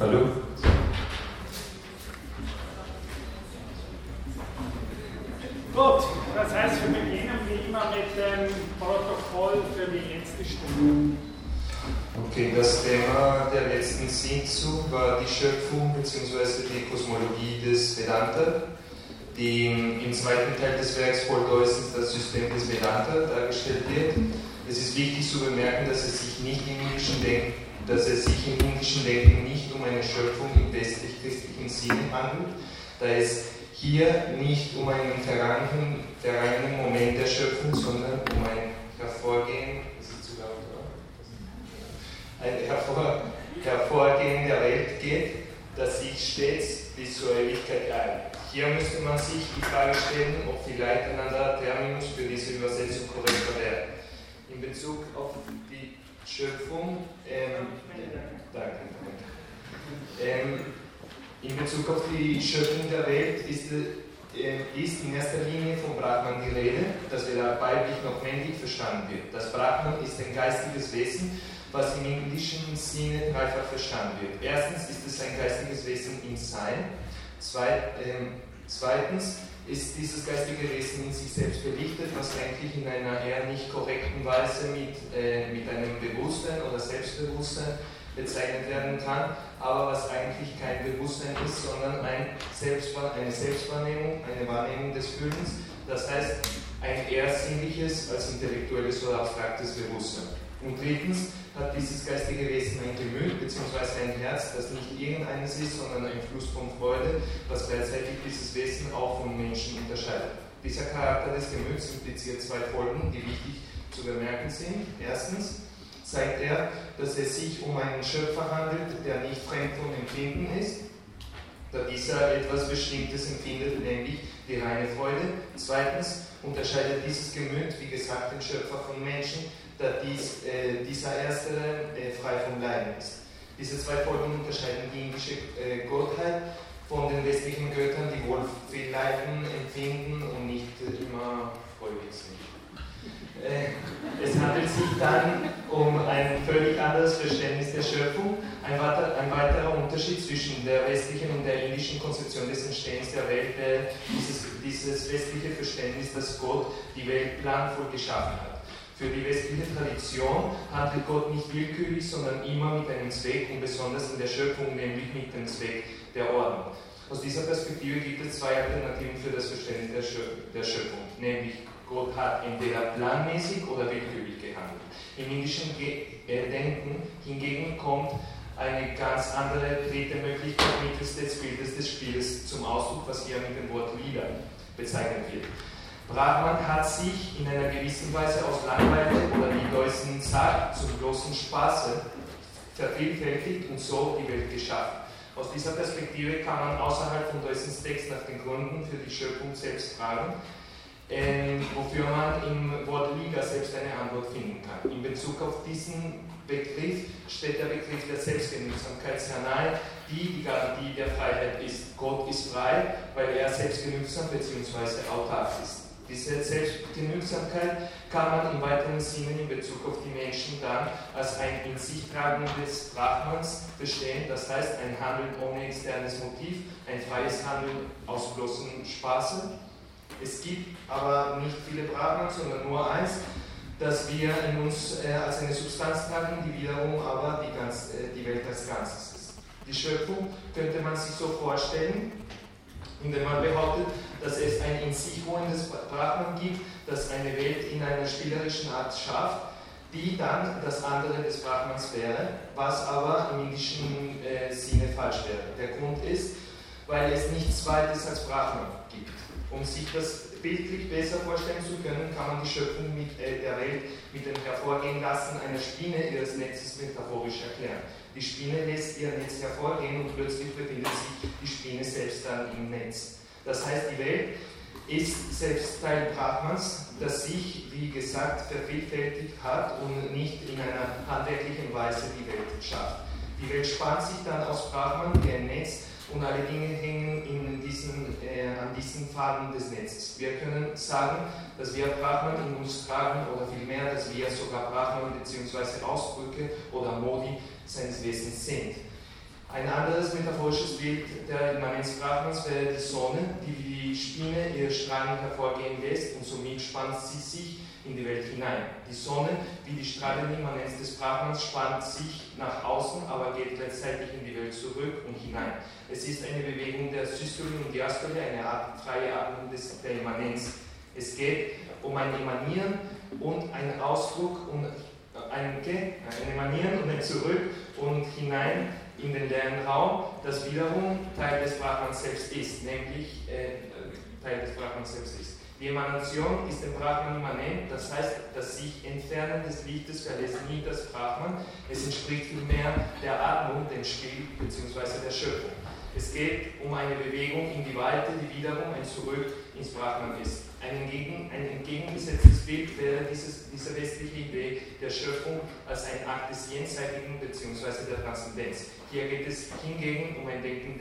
Hallo. Gut, das heißt, wir beginnen wie immer mit dem Protokoll für die letzte Stunde. Okay, das Thema der letzten Sitzung war die Schöpfung bzw. die Kosmologie des Vedanta, die im zweiten Teil des Werks Paul-Deussens das System des Vedanta dargestellt wird. Es ist wichtig zu bemerken, dass es sich im indischen Denken nicht um eine Schöpfung im westlich-christlichen Sinne handelt, da es hier nicht um einen vergangenen Moment der Schöpfung, sondern um ein Hervorgehen der Welt geht, das sich stets bis zur Ewigkeit eilt. Hier müsste man sich die Frage stellen, ob vielleicht ein anderer Terminus für diese Übersetzung korrekter wäre. In Bezug auf die Schöpfung, in Bezug auf die Schöpfung der Welt ist in erster Linie von Brahman die Rede, das weder weiblich noch männlich verstanden wird. Das Brahman ist ein geistiges Wesen, was im indischen Sinne dreifach verstanden wird. Erstens ist es ein geistiges Wesen im Sein. Zweitens ist dieses geistige Wesen in sich selbst belichtet, was eigentlich in einer eher nicht korrekten Weise mit einem Bewusstsein oder Selbstbewusstsein bezeichnet werden kann, aber was eigentlich kein Bewusstsein ist, sondern eine Selbstwahrnehmung, eine Wahrnehmung des Fühlens, das heißt ein eher sinnliches als intellektuelles oder abstraktes Bewusstsein. Und drittens hat dieses geistige Wesen ein Gemüt bzw. ein Herz, das nicht irgendeines ist, sondern ein Fluss von Freude, was gleichzeitig dieses Wesen auch vom Menschen unterscheidet. Dieser Charakter des Gemüts impliziert zwei Folgen, die wichtig zu bemerken sind. Erstens zeigt er, dass es sich um einen Schöpfer handelt, der nicht fremd vom Empfinden ist, da dieser etwas Bestimmtes empfindet, nämlich die reine Freude. Zweitens unterscheidet dieses Gemüt, wie gesagt, den Schöpfer von Menschen, da dieser Erstere frei vom Leiden ist. Diese zwei Folgen unterscheiden die indische Gottheit von den westlichen Göttern, die wohl viel Leiden empfinden und nicht immer freudig sind. Es handelt sich dann um ein völlig anderes Verständnis der Schöpfung. Ein weiterer Unterschied zwischen der westlichen und der indischen Konzeption des Entstehens der Welt wäre dieses westliche Verständnis, dass Gott die Welt planvoll geschaffen hat. Für die westliche Tradition handelt Gott nicht willkürlich, sondern immer mit einem Zweck und besonders in der Schöpfung, nämlich mit dem Zweck der Ordnung. Aus dieser Perspektive gibt es zwei Alternativen für das Verständnis der Schöpfung, nämlich Gott hat entweder planmäßig oder willkürlich gehandelt. Im indischen Denken hingegen kommt eine ganz andere dritte Möglichkeit mittels des Bildes des Spieles zum Ausdruck, was hier mit dem Wort Lila bezeichnet wird. Brahman hat sich in einer gewissen Weise aus Langeweile oder wie Deussen sagt, zum bloßen Spaße vervielfältigt und so die Welt geschaffen. Aus dieser Perspektive kann man außerhalb von Deussens Text nach den Gründen für die Schöpfung selbst fragen, wofür man im Wort Liga selbst eine Antwort finden kann. In Bezug auf diesen Begriff steht der Begriff der Selbstgenügsamkeit sehr nahe, die Garantie der Freiheit ist. Gott ist frei, weil er selbstgenügsam bzw. autark ist. Diese Selbstgenügsamkeit kann man im weiteren Sinne in Bezug auf die Menschen dann als ein in sich tragendes Brahmans verstehen, das heißt ein Handeln ohne externes Motiv, ein freies Handeln aus bloßem Spaße. Es gibt aber nicht viele Brahmans, sondern nur eins, das wir in uns als eine Substanz tragen, die wiederum aber die Welt als Ganzes ist. Die Schöpfung könnte man sich so vorstellen, indem man behauptet, dass es ein in sich ruhendes Brahman gibt, das eine Welt in einer spielerischen Art schafft, die dann das andere des Brahmans wäre, was aber im indischen Sinne falsch wäre. Der Grund ist, weil es nichts Zweites als Brahman gibt. Um sich das bildlich besser vorstellen zu können, kann man die Schöpfung der Welt mit dem Hervorgehen lassen einer Spinne ihres Netzes metaphorisch erklären. Die Spinne lässt ihr Netz hervorgehen und plötzlich befindet sich die Spinne selbst dann im Netz. Das heißt, die Welt ist selbst Teil Brahmans, das sich, wie gesagt, vervielfältigt hat und nicht in einer handwerklichen Weise die Welt schafft. Die Welt spannt sich dann aus Brahman wie ein Netz und alle Dinge hängen an diesen Faden des Netzes. Wir können sagen, dass wir Brahman in uns tragen oder vielmehr, dass wir sogar Brahman bzw. Ausdrücke oder Modi seines Wesens sind. Ein anderes metaphorisches Bild der Immanenz Brahmans wäre die Sonne, die wie die Spinne ihre Strahlen hervorgehen lässt und somit spannt sie sich in die Welt hinein. Die Sonne, wie die strahlende Immanenz des Brahmans, spannt sich nach außen, aber geht gleichzeitig in die Welt zurück und hinein. Es ist eine Bewegung der Systole und Diastole, eine Art freie Atmung der Immanenz. Es geht um ein Emanieren und einen Ausdruck und ein Emanieren und ein Zurück und hinein in den leeren Raum, das wiederum Teil des Brahmans selbst ist, nämlich Teil des Brahmans selbst ist. Die Emanation ist dem Brahman immanent, das heißt, das sich Entfernen des Lichtes verlässt nie das Brahman, es entspricht vielmehr der Atmung, dem Spiel bzw. der Schöpfung. Es geht um eine Bewegung in die Weite, die wiederum ein Zurück ins Brahman ist. Ein entgegengesetztes Bild wäre diese westliche Idee der Schöpfung als ein Akt des Jenseitigen bzw. der Transzendenz. Hier geht es hingegen um ein Denken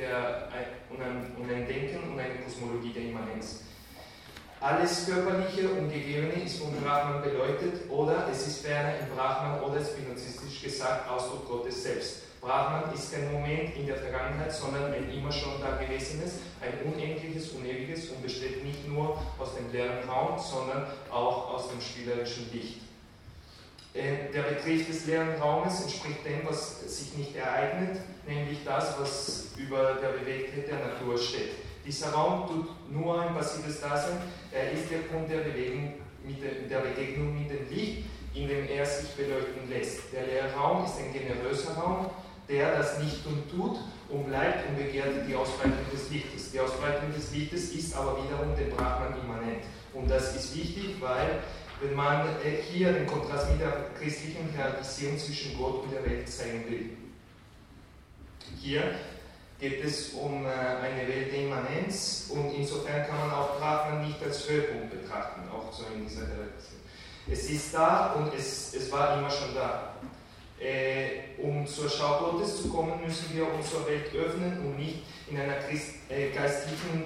und eine Kosmologie der Immanenz. Alles Körperliche und Gegebene ist vom Brahman beleuchtet oder es ist ferner im Brahman oder spinozistisch gesagt Ausdruck Gottes selbst. Brahman ist kein Moment in der Vergangenheit, sondern ein immer schon Dagewesenes, ein unendliches, unewiges und besteht nicht nur aus dem leeren Raum, sondern auch aus dem spielerischen Licht. Der Begriff des leeren Raumes entspricht dem, was sich nicht ereignet, nämlich das, was über der Bewegtheit der Natur steht. Dieser Raum tut nur ein passives Dasein, er ist der Punkt der Begegnung mit dem Licht, in dem er sich beleuchten lässt. Der leere Raum ist ein generöser Raum, der das nicht tut und bleibt und begehrt die Ausbreitung des Lichtes. Die Ausbreitung des Lichtes ist aber wiederum dem Brahman immanent. Und das ist wichtig, weil wenn man hier den Kontrast mit der christlichen Hierarchisierung zwischen Gott und der Welt zeigen will. Hier geht es um eine Welt der Immanenz und insofern kann man auch Brahman nicht als Höhepunkt betrachten, auch so in dieser Hierarchisierung. Es ist da und es war immer schon da. Um zur Schau Gottes zu kommen, müssen wir uns zur Welt öffnen und nicht in einer geistlichen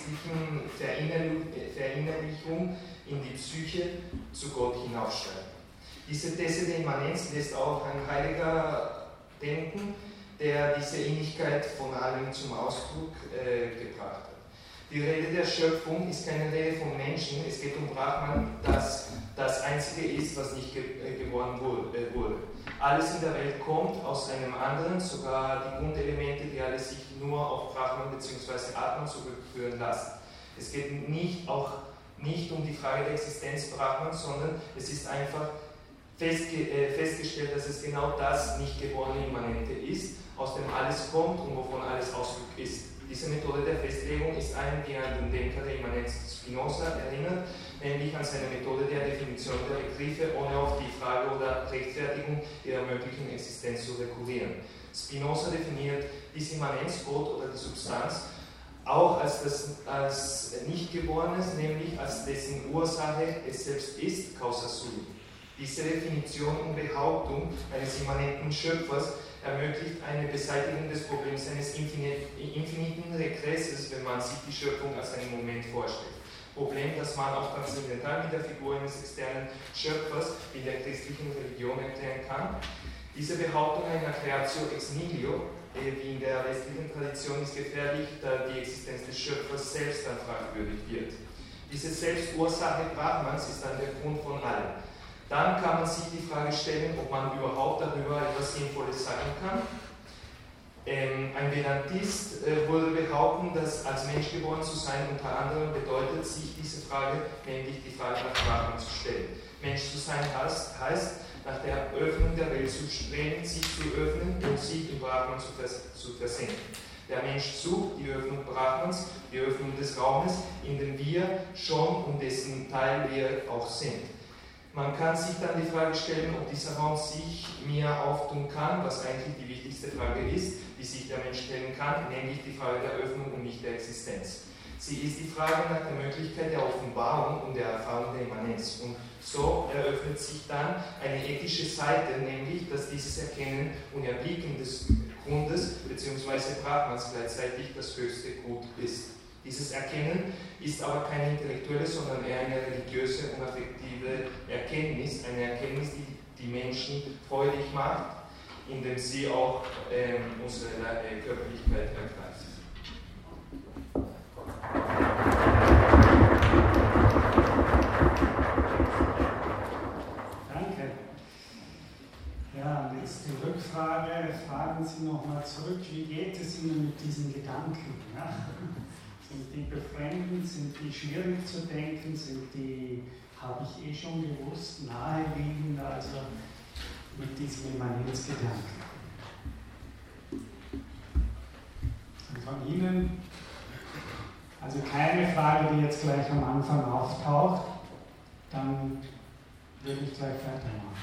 Verinnerlichung in die Psyche zu Gott hinaufsteigen. Diese These der Immanenz lässt auch ein Heiliger denken, der diese Innigkeit von allem zum Ausdruck gebracht hat. Die Rede der Schöpfung ist keine Rede von Menschen, es geht um Brahman, das das Einzige ist, was nicht geboren wurde. Alles in der Welt kommt aus einem anderen, sogar die Grundelemente, die alle sich nur auf Brahman bzw. Atman zurückführen lassen. Es geht nicht um die Frage der Existenz Brahmans, sondern es ist einfach festgestellt, dass es genau das nicht geborene Immanente ist, aus dem alles kommt und wovon alles Ausdruck ist. Diese Methode der Festlegung ist eine, die an den Denker der Immanenz Spinoza erinnert, nämlich an seine Methode der Definition der Begriffe, ohne auf die Frage oder Rechtfertigung ihrer möglichen Existenz zu rekurrieren. Spinoza definiert diese Immanenz, Gott oder die Substanz, auch als Nichtgeborenes, nämlich als dessen Ursache es selbst ist, causa sui. Diese Definition und Behauptung eines immanenten Schöpfers ermöglicht eine Beseitigung des Problems eines infiniten Regresses, wenn man sich die Schöpfung als einen Moment vorstellt. Problem, das man auch transzendental mit der Figur eines externen Schöpfers in der christlichen Religion erklären kann. Diese Behauptung einer Creatio ex nihilo, wie in der westlichen Tradition, ist gefährlich, da die Existenz des Schöpfers selbst dann fragwürdig wird. Diese Selbstursache Brahmans ist dann der Grund von allem. Dann kann man sich die Frage stellen, ob man überhaupt darüber etwas Sinnvolles sagen kann. Ein Vedantist würde behaupten, dass als Mensch geboren zu sein unter anderem bedeutet, sich diese Frage, nämlich die Frage nach Brahman zu stellen. Mensch zu sein heißt nach der Öffnung der Welt zu streben, sich zu öffnen und sich in Brahman zu versenken. Der Mensch sucht die Öffnung Brahmans, die Öffnung des Raumes, in dem wir schon und dessen Teil wir auch sind. Man kann sich dann die Frage stellen, ob dieser Raum sich mir auftun kann, was eigentlich die wichtigste Frage ist, die sich der Mensch stellen kann, nämlich die Frage der Öffnung und nicht der Existenz. Sie ist die Frage nach der Möglichkeit der Offenbarung und der Erfahrung der Immanenz. Und so eröffnet sich dann eine ethische Seite, nämlich, dass dieses Erkennen und Erblicken des Grundes bzw. Brahmans gleichzeitig das höchste Gut ist. Dieses Erkennen ist aber keine intellektuelle, sondern eher eine religiöse und affektive Erkenntnis, eine Erkenntnis, die die Menschen freudig macht, indem sie auch unsere Körperlichkeit ergreift. Danke. Ja, und jetzt die Rückfrage, fragen Sie nochmal zurück, wie geht es Ihnen mit diesen Gedanken? Ja? Sind die befremdend, sind die schwierig zu denken, sind die, habe ich schon gewusst, naheliegend, also mit diesem Immanenzgedanken? Und von Ihnen, also keine Frage, die jetzt gleich am Anfang auftaucht, dann würde ich gleich weitermachen.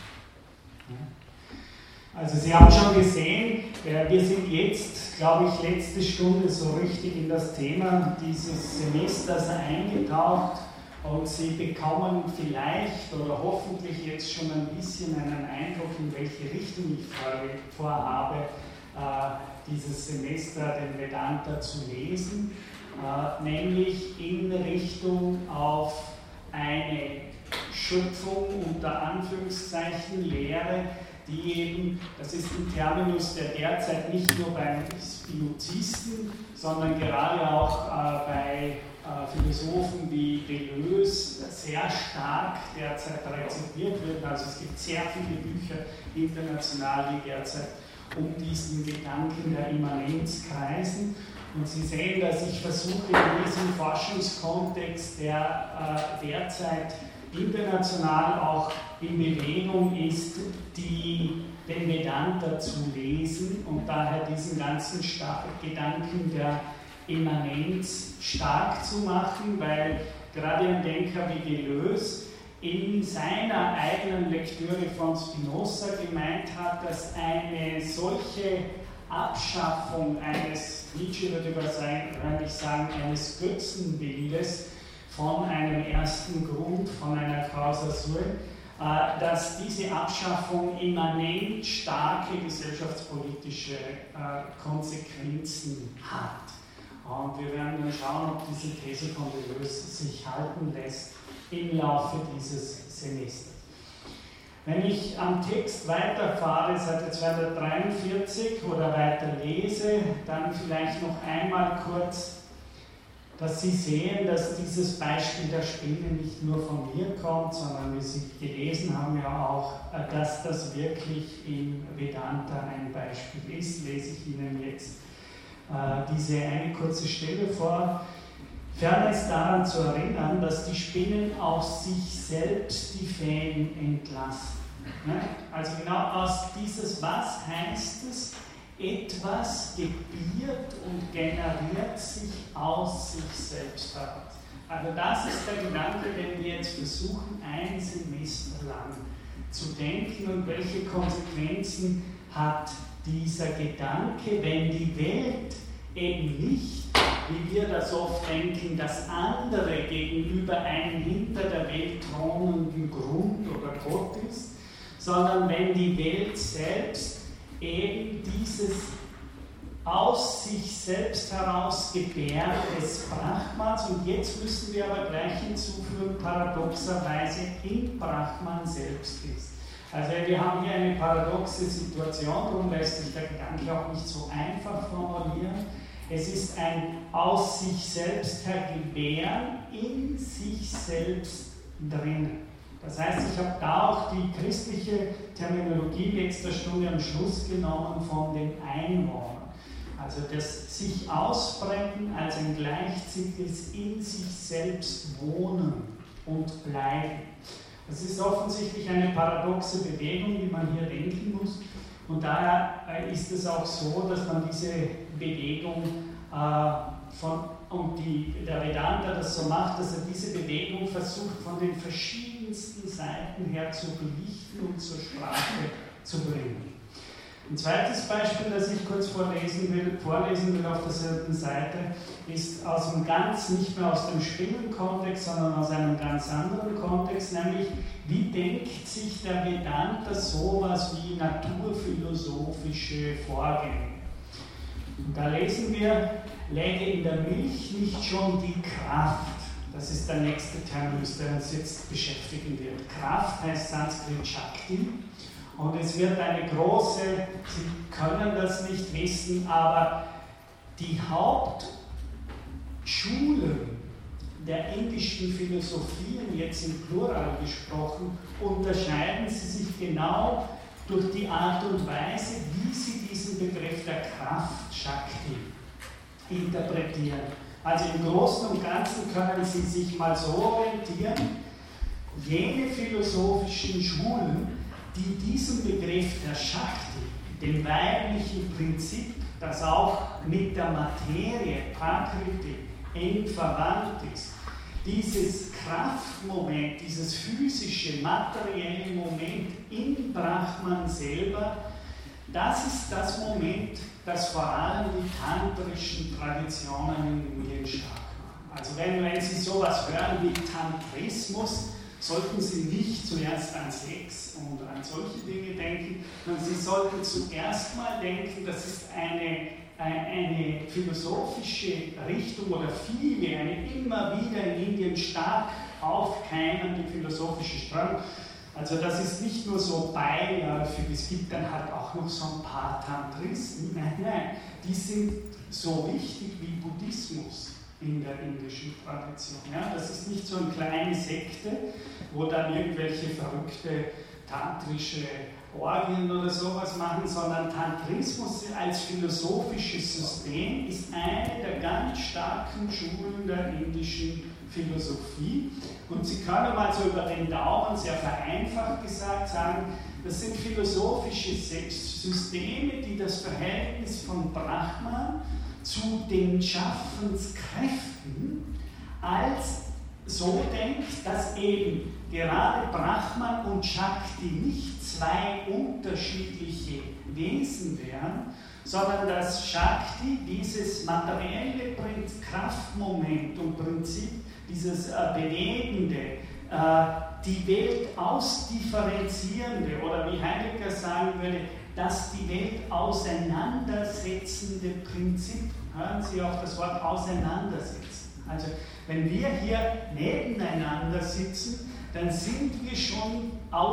Ja? Also Sie haben schon gesehen, wir sind jetzt, glaube ich, letzte Stunde so richtig in das Thema dieses Semesters eingetaucht und Sie bekommen vielleicht oder hoffentlich jetzt schon ein bisschen einen Eindruck, in welche Richtung ich vorhabe, dieses Semester den Vedanta zu lesen, nämlich in Richtung auf eine Schöpfung unter Anführungszeichen Lehre, die eben, das ist ein Terminus, der derzeit nicht nur beim Spinozisten, sondern gerade auch bei Philosophen wie Deleuze sehr stark derzeit rezipiert wird. Also es gibt sehr viele Bücher international, die derzeit um diesen Gedanken der Immanenz kreisen. Und Sie sehen, dass ich versuche, in diesem Forschungskontext, der derzeit international auch in Bewegung ist, den Vedanta zu lesen und daher diesen ganzen Gedanken der Immanenz stark zu machen, weil gerade ein Denker wie Deleuze in seiner eigenen Lektüre von Spinoza gemeint hat, dass eine solche Abschaffung eines, Nietzsche würde wahrscheinlich sagen, eines Götzenbildes von einem ersten Grund, von einer Causa sui, dass diese Abschaffung immanent starke gesellschaftspolitische Konsequenzen hat. Und wir werden dann schauen, ob diese These von Deleuze sich halten lässt im Laufe dieses Semesters. Wenn ich am Text weiterfahre, Seite 243 oder weiter lese, dann vielleicht noch einmal kurz, dass Sie sehen, dass dieses Beispiel der Spinne nicht nur von mir kommt, sondern wie Sie gelesen haben ja auch, dass das wirklich im Vedanta ein Beispiel ist, lese ich Ihnen jetzt diese eine kurze Stelle vor. Ferner ist daran zu erinnern, dass die Spinnen aus sich selbst die Fäden entlassen. Also genau aus dieses Was heißt es, etwas gebiert und generiert sich aus sich selbst heraus. Also das ist der Gedanke, den wir jetzt versuchen, ein Semester lang zu denken und welche Konsequenzen hat dieser Gedanke, wenn die Welt eben nicht, wie wir das oft denken, das andere gegenüber einem hinter der Welt thronenden Grund oder Gott ist, sondern wenn die Welt selbst eben dieses aus sich selbst heraus Gebären des Brahmans, und jetzt müssen wir aber gleich hinzufügen, paradoxerweise im Brahman selbst ist. Also wir haben hier eine paradoxe Situation, darum lässt sich der Gedanke auch nicht so einfach formulieren. Es ist ein aus sich selbst hergebären in sich selbst drin. Das heißt, ich habe da auch die christliche Terminologie letzter Stunde am Schluss genommen von dem Einwohner. Also das sich ausbreiten als ein gleichzeitiges in sich selbst wohnen und bleiben. Das ist offensichtlich eine paradoxe Bewegung, die man hier denken muss. Und daher ist es auch so, dass man diese Bewegung der Vedanta das so macht, dass er diese Bewegung versucht, von den verschiedensten Seiten her zu belichten und zur Sprache zu bringen. Ein zweites Beispiel, das ich kurz vorlesen will auf derselben Seite, ist nicht mehr aus dem Spinnenkontext, sondern aus einem ganz anderen Kontext, nämlich wie denkt sich der Vedanta sowas wie naturphilosophische Vorgänge. Und da lesen wir, läge in der Milch nicht schon die Kraft? Das ist der nächste Terminus, der uns jetzt beschäftigen wird. Kraft heißt Sanskrit Shakti Und es wird eine große, Sie können das nicht wissen, aber die Hauptschulen der indischen Philosophien, jetzt im Plural gesprochen, unterscheiden sie sich genau durch die Art und Weise, wie sie diesen Begriff der Kraft, Shakti, interpretieren. Also im Großen und Ganzen können Sie sich mal so orientieren, jene philosophischen Schulen, die diesen Begriff der Shakti, dem weiblichen Prinzip, das auch mit der Materie, Prakriti, eng verwandt ist, dieses Kraftmoment, dieses physische, materielle Moment im Brahman selber, das ist das Moment, das vor allem die tantrischen Traditionen in Indien stark machen. Also wenn Sie sowas hören wie Tantrismus, sollten Sie nicht zuerst an Sex und an solche Dinge denken, sondern Sie sollten zuerst mal denken, das ist eine philosophische Richtung oder viele, eine immer wieder in Indien stark aufkeimende philosophische Strömung. Also das ist nicht nur so beiläufig, es gibt dann halt auch noch so ein paar Tantristen, nein, die sind so wichtig wie Buddhismus in der indischen Tradition. Ja? Das ist nicht so eine kleine Sekte, wo dann irgendwelche verrückte tantrische Orgien oder sowas machen, sondern Tantrismus als philosophisches System ist eine der ganz starken Schulen der indischen Philosophie. Und Sie können mal so über den Daumen sehr vereinfacht gesagt sagen, das sind philosophische Systeme, die das Verhältnis von Brahman zu den Schaffenskräften als so denkt, dass eben gerade Brahman und Shakti nicht zwei unterschiedliche Wesen wären, sondern dass Shakti, dieses materielle Kraftmoment und Prinzip, dieses Bewegende, die Welt ausdifferenzierende oder wie Heidegger sagen würde, das die Welt auseinandersetzende Prinzip. Hören Sie auf das Wort auseinandersetzen. Also wenn wir hier nebeneinander sitzen, dann sind wir schon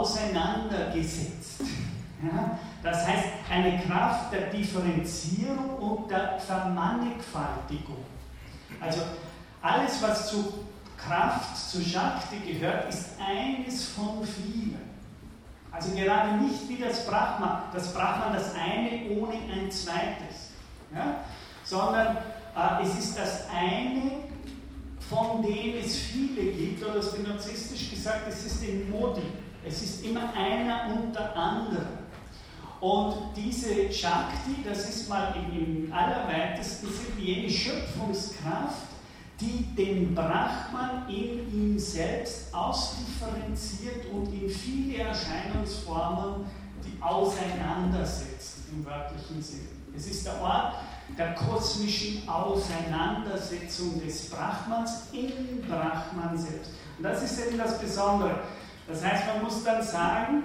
auseinandergesetzt. Ja? Das heißt, eine Kraft der Differenzierung und der Vermannigfaltigung. Also alles, was zu Kraft, zu Shakti gehört, ist eines von vielen. Also gerade nicht wie das Brahman das eine ohne ein zweites, ja? Sondern es ist das eine, von dem es viele gibt, oder spinozistisch gesagt, es ist ein Modi, es ist immer einer unter anderem. Und diese Shakti, das ist mal im allerweitesten Sinne jene Schöpfungskraft, die den Brahman in ihm selbst ausdifferenziert und in viele Erscheinungsformen die auseinandersetzt, im wörtlichen Sinne. Es ist der Ort der kosmischen Auseinandersetzung des Brahmans im Brahman selbst. Und das ist eben das Besondere. Das heißt, man muss dann sagen,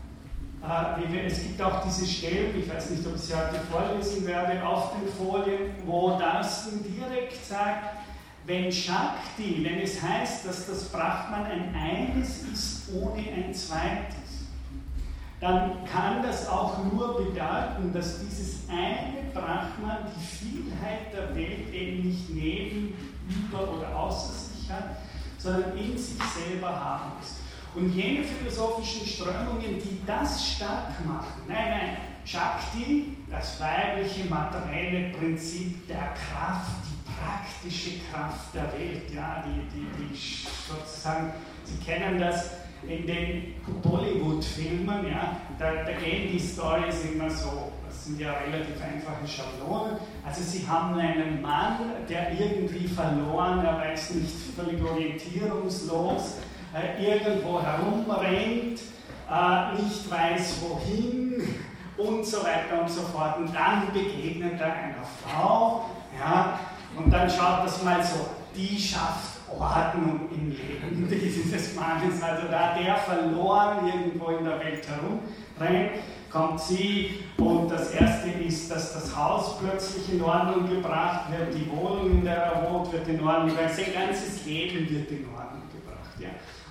es gibt auch diese Stellen, ich weiß nicht, ob ich sie heute vorlesen werde, auf den Folien, wo Darsten direkt sagt, wenn Shakti, wenn es heißt, dass das Brahman ein Eines ist ohne ein Zweites, dann kann das auch nur bedeuten, dass dieses eine Brahman die Vielheit der Welt eben nicht neben, über oder außer sich hat, sondern in sich selber haben muss. Und jene philosophischen Strömungen, die das stark machen, nein, Shakti, das weibliche materielle Prinzip der Kraft, die praktische Kraft der Welt, ja, die sozusagen, Sie kennen das in den Bollywood-Filmen, ja, da gehen die Storys immer so, das sind ja relativ einfache Schablonen. Also Sie haben einen Mann, der irgendwie verloren, er weiß nicht, völlig orientierungslos, irgendwo herumrennt, nicht weiß wohin und so weiter und so fort. Und dann begegnet er einer Frau, ja, und dann schaut das mal so, die schafft Ordnung im Leben dieses Mannes. Also da der verloren irgendwo in der Welt herumrennt, kommt sie und das Erste ist, dass das Haus plötzlich in Ordnung gebracht wird, die Wohnung, in der er wohnt, wird in Ordnung gebracht, sein ganzes Leben wird in Ordnung gebracht. Ja.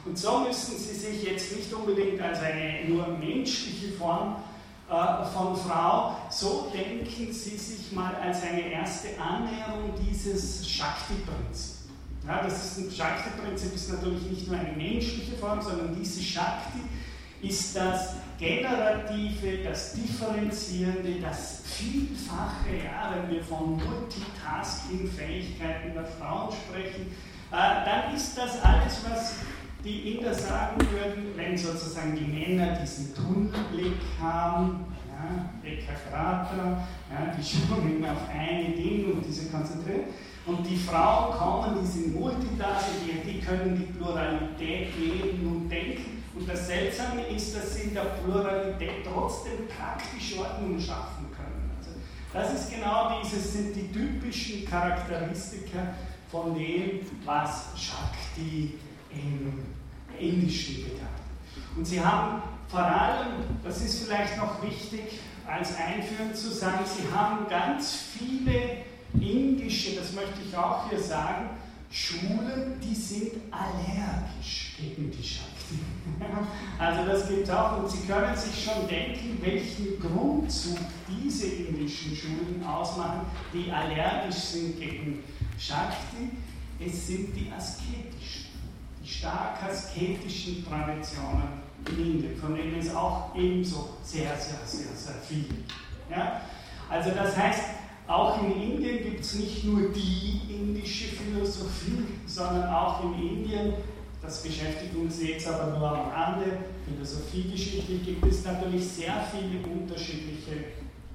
Und so müssen Sie sich jetzt nicht unbedingt als eine nur menschliche Form von Frau, so denken Sie sich mal als eine erste Annäherung dieses Shakti-Prinzip. Ja, das Shakti-Prinzip ist natürlich nicht nur eine menschliche Form, sondern diese Shakti ist das Generative, das Differenzierende, das Vielfache, ja, wenn wir von Multitasking-Fähigkeiten der Frauen sprechen, dann ist das alles, was die Inder sagen würden, wenn sozusagen die Männer diesen Tunnelblick haben, ja, Ekagrata, ja, die schauen immer auf eine Ding und diese konzentrieren. Und die Frauen kommen, die sind Multitasking, die können die Pluralität leben und denken. Und das Seltsame ist, dass sie in der Pluralität trotzdem praktisch Ordnung schaffen können. Also das ist genau dieses, sind die typischen Charakteristika von dem, was Shakti im Indischen bedeutet. Und sie haben vor allem, das ist vielleicht noch wichtig als Einführung zu sagen, sie haben ganz viele indische, das möchte ich auch hier sagen, Schulen, die sind allergisch gegen die Shakti. Also das gibt es auch, und Sie können sich schon denken, welchen Grundzug diese indischen Schulen ausmachen, die allergisch sind gegen Shakti. Es sind die asketischen, die stark asketischen Traditionen in Indien, von denen es auch ebenso sehr viel gibt. Ja? Also das heißt, auch in Indien gibt es nicht nur die indische Philosophie, sondern auch in Indien, das beschäftigt uns jetzt aber nur am Rande, philosophiegeschichtlich gibt es natürlich sehr viele unterschiedliche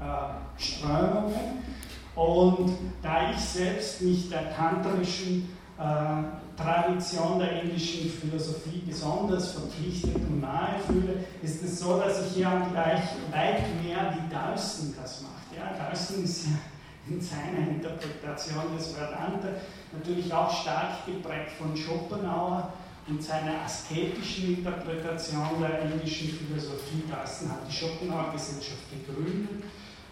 Strömungen. Und da ich selbst mich der tantrischen Tradition der indischen Philosophie besonders verpflichtet und nahe fühle, ist es so, dass ich hier gleich weit mehr wie Dawson das macht. Ja, Dawson ist ja in seiner Interpretation des Vedanta natürlich auch stark geprägt von Schopenhauer und seiner asketischen Interpretation der indischen Philosophie. Dawson hat die Schopenhauer-Gesellschaft gegründet.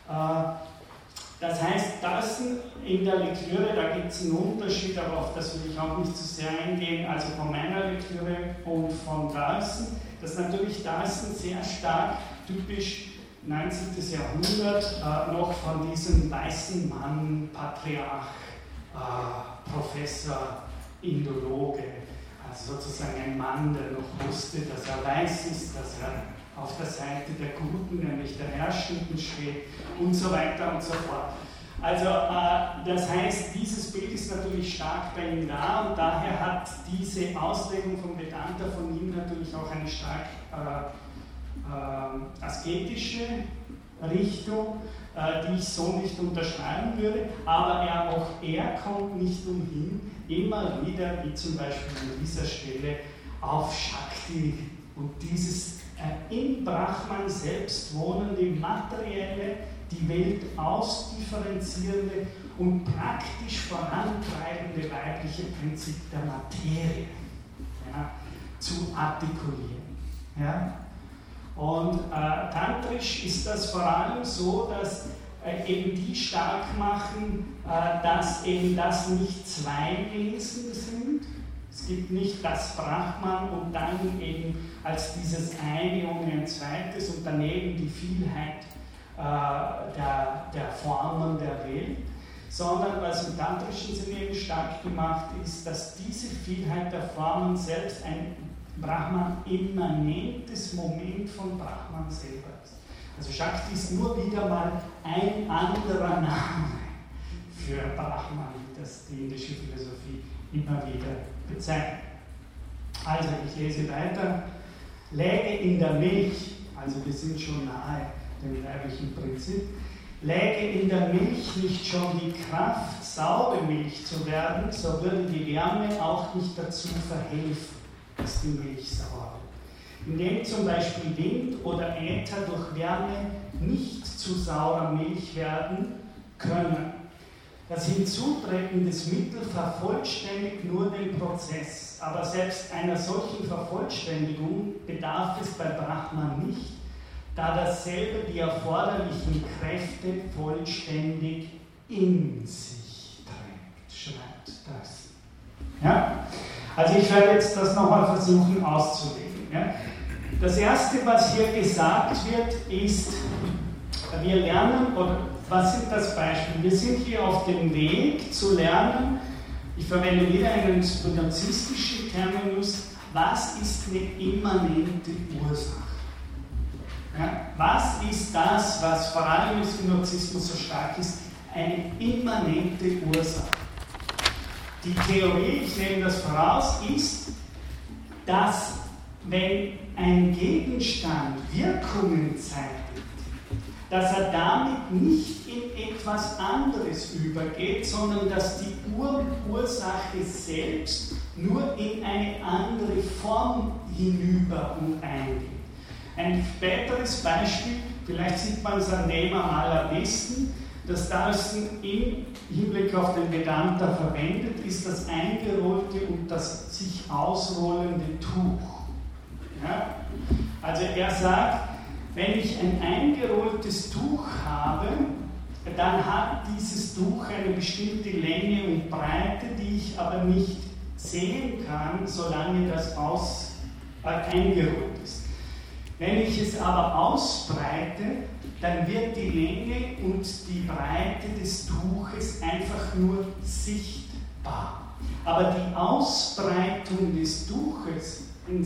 Das heißt, Dawson in der Lektüre, da gibt es einen Unterschied, aber auf das will ich auch nicht zu sehr eingehen, also von meiner Lektüre und von Dawson, dass natürlich Dawson sehr stark typisch 19. Jahrhundert noch von diesem weißen Mann, Patriarch, Professor, Indologe, also sozusagen ein Mann, der noch wusste, dass er weiß ist, dass er auf der Seite der Guten, nämlich der Herrschenden steht und so weiter und so fort. Also das heißt, dieses Bild ist natürlich stark bei ihm da und daher hat diese Auslegung von Vedanta von ihm natürlich auch eine stark asketische Richtung, die ich so nicht unterschreiben würde, aber auch er kommt nicht umhin, immer wieder, wie zum Beispiel an dieser Stelle, auf Shakti und dieses im Brahman selbst wohnende, materielle, die Welt ausdifferenzierende und praktisch vorantreibende weibliche Prinzip der Materie, ja, zu artikulieren. Ja. Und tantrisch ist das vor allem so, dass eben die stark machen, dass eben das nicht zwei Wesen sind. Es gibt nicht das Brahman und dann eben als dieses eine ohne ein zweites und daneben die Vielheit der Formen der Welt, sondern was im tantrischen Sinne eben stark gemacht ist, dass diese Vielheit der Formen selbst ein Brahman immanentes Moment von Brahman selber ist. Also Shakti ist nur wieder mal ein anderer Name für Brahman, das die indische Philosophie immer wieder bezeichnet. Also ich lese weiter. Läge in der Milch, also wir sind schon nahe dem weiblichen Prinzip, läge in der Milch nicht schon die Kraft, saure Milch zu werden, so würde die Wärme auch nicht dazu verhelfen, dass die Milch sauer wird. Indem zum Beispiel Wind oder Äther durch Wärme nicht zu saurer Milch werden können. Das Hinzutreten des Mittels vervollständigt nur den Prozess, aber selbst einer solchen Vervollständigung bedarf es bei Brahman nicht, da dasselbe die erforderlichen Kräfte vollständig in sich trägt, schreibt das. Ja? Also ich werde jetzt das nochmal versuchen auszulegen. Ja. Das Erste, was hier gesagt wird, ist, wir lernen, oder was sind das Beispiel? Wir sind hier auf dem Weg zu lernen, ich verwende wieder einen spinozistischen Terminus, was ist eine immanente Ursache? Ja, was ist das, was vor allem im Spinozismus so stark ist? Eine immanente Ursache. Die Theorie, ich nehme das voraus, ist, dass wenn ein Gegenstand Wirkungen zeigt, dass er damit nicht in etwas anderes übergeht, sondern dass die Ursache selbst nur in eine andere Form hinüber und eingeht. Ein späteres Beispiel, vielleicht sieht man es an dem am allerbesten, das Darsten im Hinblick auf den Vedanta verwendet, ist das eingerollte und das sich ausrollende Tuch. Ja? Also er sagt, wenn ich ein eingerolltes Tuch habe, dann hat dieses Tuch eine bestimmte Länge und Breite, die ich aber nicht sehen kann, solange das eingerollt ist. Wenn ich es aber ausbreite, dann wird die Länge und die Breite des Tuches einfach nur sichtbar. Aber die Ausbreitung des Tuches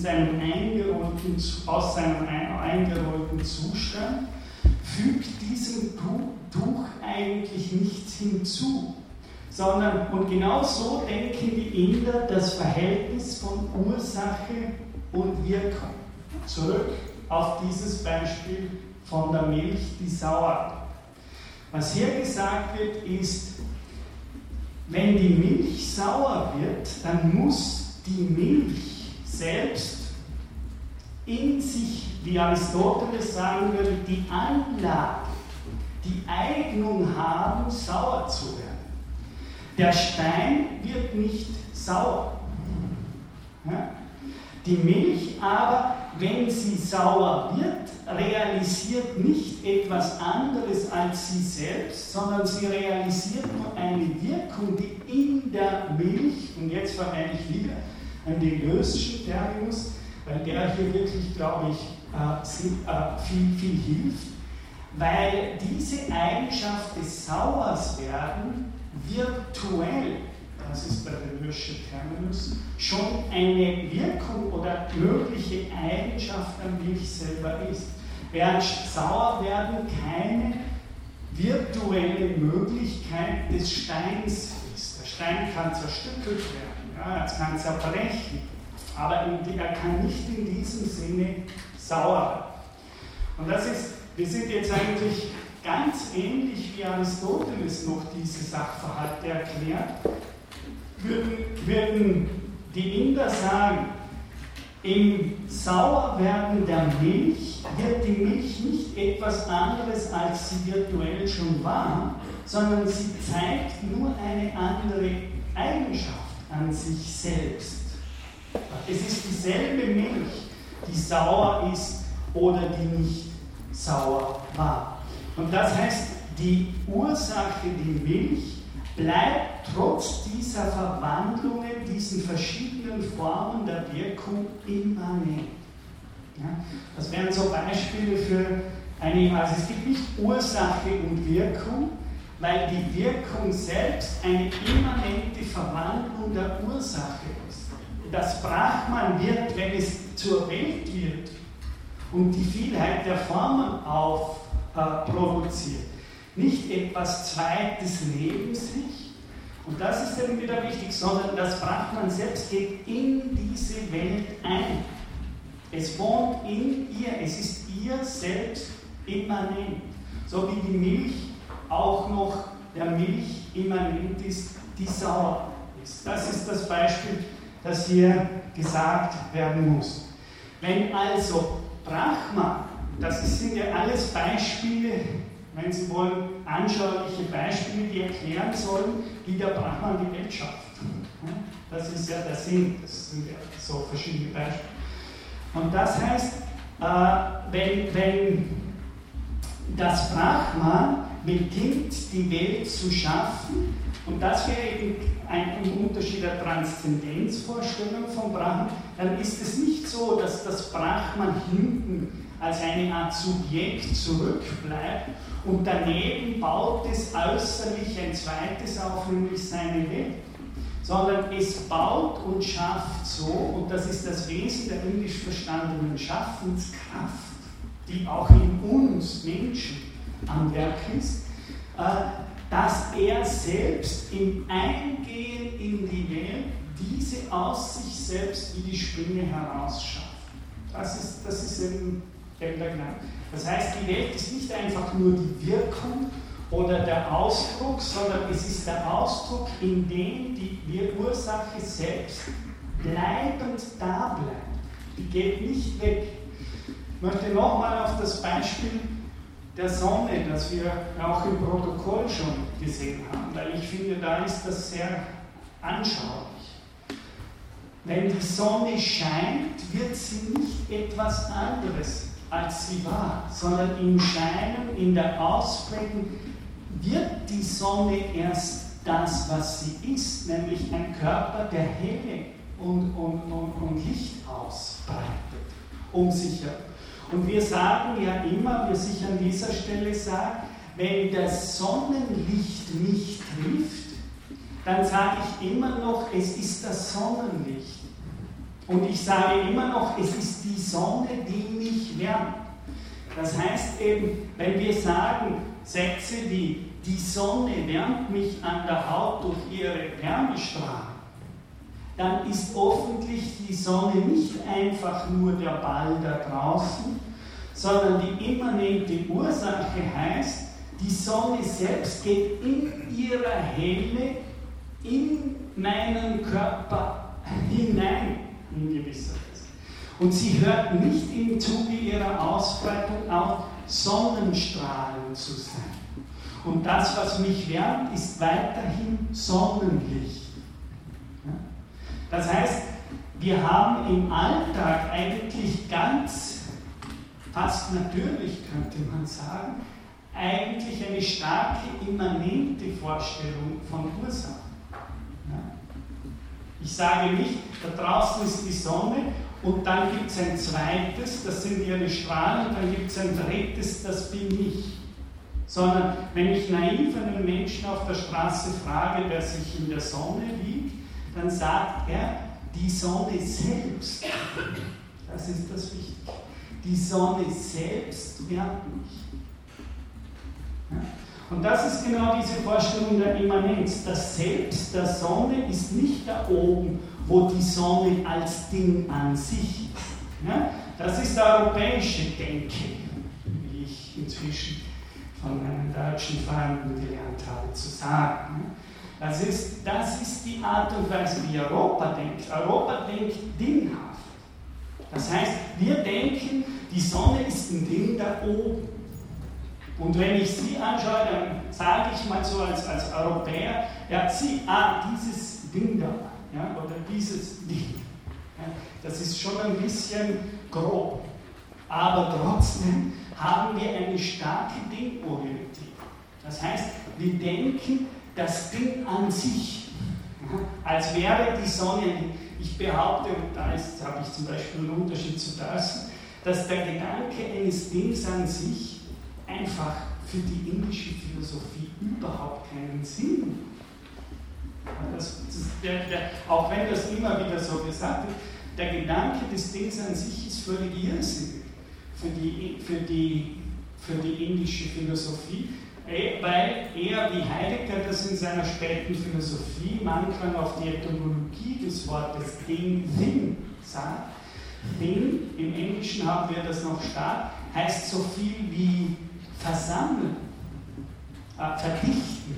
aus seinem eingerollten Zustand fügt diesem Tuch eigentlich nichts hinzu. Und genau so denken die Inder das Verhältnis von Ursache und Wirkung. Zurück auf dieses Beispiel von der Milch, die sauer wird. Was hier gesagt wird, ist, wenn die Milch sauer wird, dann muss die Milch selbst in sich, wie Aristoteles sagen würde, die Anlage, die Eignung haben, sauer zu werden. Der Stein wird nicht sauer. Ja? Die Milch aber, wenn sie sauer wird, realisiert nicht etwas anderes als sie selbst, sondern sie realisiert nur eine Wirkung, die in der Milch, und jetzt verwende ich wieder einen deleuze'schen Terminus, weil der hier wirklich, glaube ich, viel hilft, weil diese Eigenschaft des Sauerswerden virtuell, das ist der deleuze'sche Terminus, schon eine Wirkung oder mögliche Eigenschaft der Milch selber ist. Während Sauerwerden keine virtuelle Möglichkeit des Steins ist. Der Stein kann zerstückelt werden, ja, es kann zerbrechen, aber er kann nicht in diesem Sinne sauer werden. Und das ist, wir sind jetzt eigentlich ganz ähnlich wie Aristoteles noch diese Sachverhalte erklärt, würden die Inder sagen, im Sauerwerden der Milch wird die Milch nicht etwas anderes, als sie virtuell schon war, sondern sie zeigt nur eine andere Eigenschaft an sich selbst. Es ist dieselbe Milch, die sauer ist oder die nicht sauer war. Und das heißt, die Ursache, die Milch, bleibt trotz dieser Verwandlungen, diesen verschiedenen Formen der Wirkung immanent. Ja? Das wären so Beispiele für also es gibt nicht Ursache und Wirkung, weil die Wirkung selbst eine immanente Verwandlung der Ursache ist. Das Brahman wird, wenn es zur Welt wird und die Vielheit der Formen produziert, nicht etwas Zweites neben sich, und das ist eben wieder wichtig, sondern das Brahman selbst geht in diese Welt ein. Es wohnt in ihr, es ist ihr selbst immanent. So wie die Milch auch noch der Milch immanent ist, die sauer ist. Das ist das Beispiel, das hier gesagt werden muss. Wenn also Brahman, das sind ja alles Beispiele, wenn Sie wollen, anschauliche Beispiele, die erklären sollen, wie der Brahman die Welt schafft. Das ist ja der Sinn, das sind ja so verschiedene Beispiele. Und das heißt, wenn das Brahman beginnt die Welt zu schaffen, und das wäre eben ein Unterschied der Transzendenzvorstellung von Brahman, dann ist es nicht so, dass das Brahman hinten als eine Art Subjekt zurückbleibt und daneben baut es äußerlich ein zweites auf, nämlich seine Welt. Sondern es baut und schafft so, und das ist das Wesen der indisch verstandenen Schaffenskraft, die auch in uns Menschen am Werk ist, dass er selbst im Eingehen in die Welt diese aus sich selbst wie die Spinne herausschafft. Das ist eben der Gedanke. Das heißt, die Welt ist nicht einfach nur die Wirkung oder der Ausdruck, sondern es ist der Ausdruck, in dem die Ursache selbst bleibend da bleibt. Die geht nicht weg. Ich möchte nochmal auf das Beispiel der Sonne, das wir auch im Protokoll schon gesehen haben, weil ich finde, da ist das sehr anschaulich. Wenn die Sonne scheint, wird sie nicht etwas anderes, als sie war, sondern im Scheinen, in der Ausprägung, wird die Sonne erst das, was sie ist, nämlich ein Körper, der Helle und Licht ausbreitet, um sich herum. Und wir sagen ja immer, wie sich an dieser Stelle sagt, wenn das Sonnenlicht mich trifft, dann sage ich immer noch, es ist das Sonnenlicht. Und ich sage immer noch, es ist die Sonne, die mich wärmt. Das heißt eben, wenn wir sagen, Sätze wie, die Sonne wärmt mich an der Haut durch ihre Wärmestrahlen, dann ist offensichtlich die Sonne nicht einfach nur der Ball da draußen, sondern die immanente Ursache heißt, die Sonne selbst geht in ihrer Helle in meinen Körper hinein, in gewisser Weise. Und sie hört nicht im Zuge ihrer Ausbreitung auf, Sonnenstrahlen zu sein. Und das, was mich wärmt, ist weiterhin Sonnenlicht. Ja? Das heißt, wir haben im Alltag eigentlich ganz, fast natürlich könnte man sagen, eigentlich eine starke, immanente Vorstellung von Ursachen. Ja? Ich sage nicht, da draußen ist die Sonne und dann gibt es ein zweites, das sind ihre Strahlen, und dann gibt es ein drittes, das bin ich. Sondern wenn ich naiv einen Menschen auf der Straße frage, der sich in der Sonne wiegt, dann sagt er, die Sonne selbst, das ist das Wichtige, die Sonne selbst wärmt mich. Ja? Und das ist genau diese Vorstellung der Immanenz. Das Selbst der Sonne ist nicht da oben, wo die Sonne als Ding an sich ist. Ja? Das ist europäische Denke, wie ich inzwischen von meinen deutschen Freunden gelernt habe zu sagen. Das ist die Art und Weise, wie Europa denkt. Europa denkt dinghaft. Das heißt, wir denken, die Sonne ist ein Ding da oben. Und wenn ich sie anschaue, dann sage ich mal so als Europäer, ja, dieses Ding da, ja, oder dieses Ding. Ja, das ist schon ein bisschen grob. Aber trotzdem haben wir eine starke Dingorientierung. Das heißt, wir denken das Ding an sich, ja, als wäre die Sonne, ich behaupte, und da habe ich zum Beispiel einen Unterschied zu Darcy, dass der Gedanke eines Dings an sich einfach für die indische Philosophie überhaupt keinen Sinn hat. Auch wenn das immer wieder so gesagt wird, der Gedanke des Dings an sich ist völlig irrsinnig für die indische Philosophie, weil er wie Heidegger das in seiner späten Philosophie im Anklang auf die Etymologie des Wortes Thing sagt. Thing, im Englischen haben wir das noch stark, heißt so viel wie versammeln, verdichten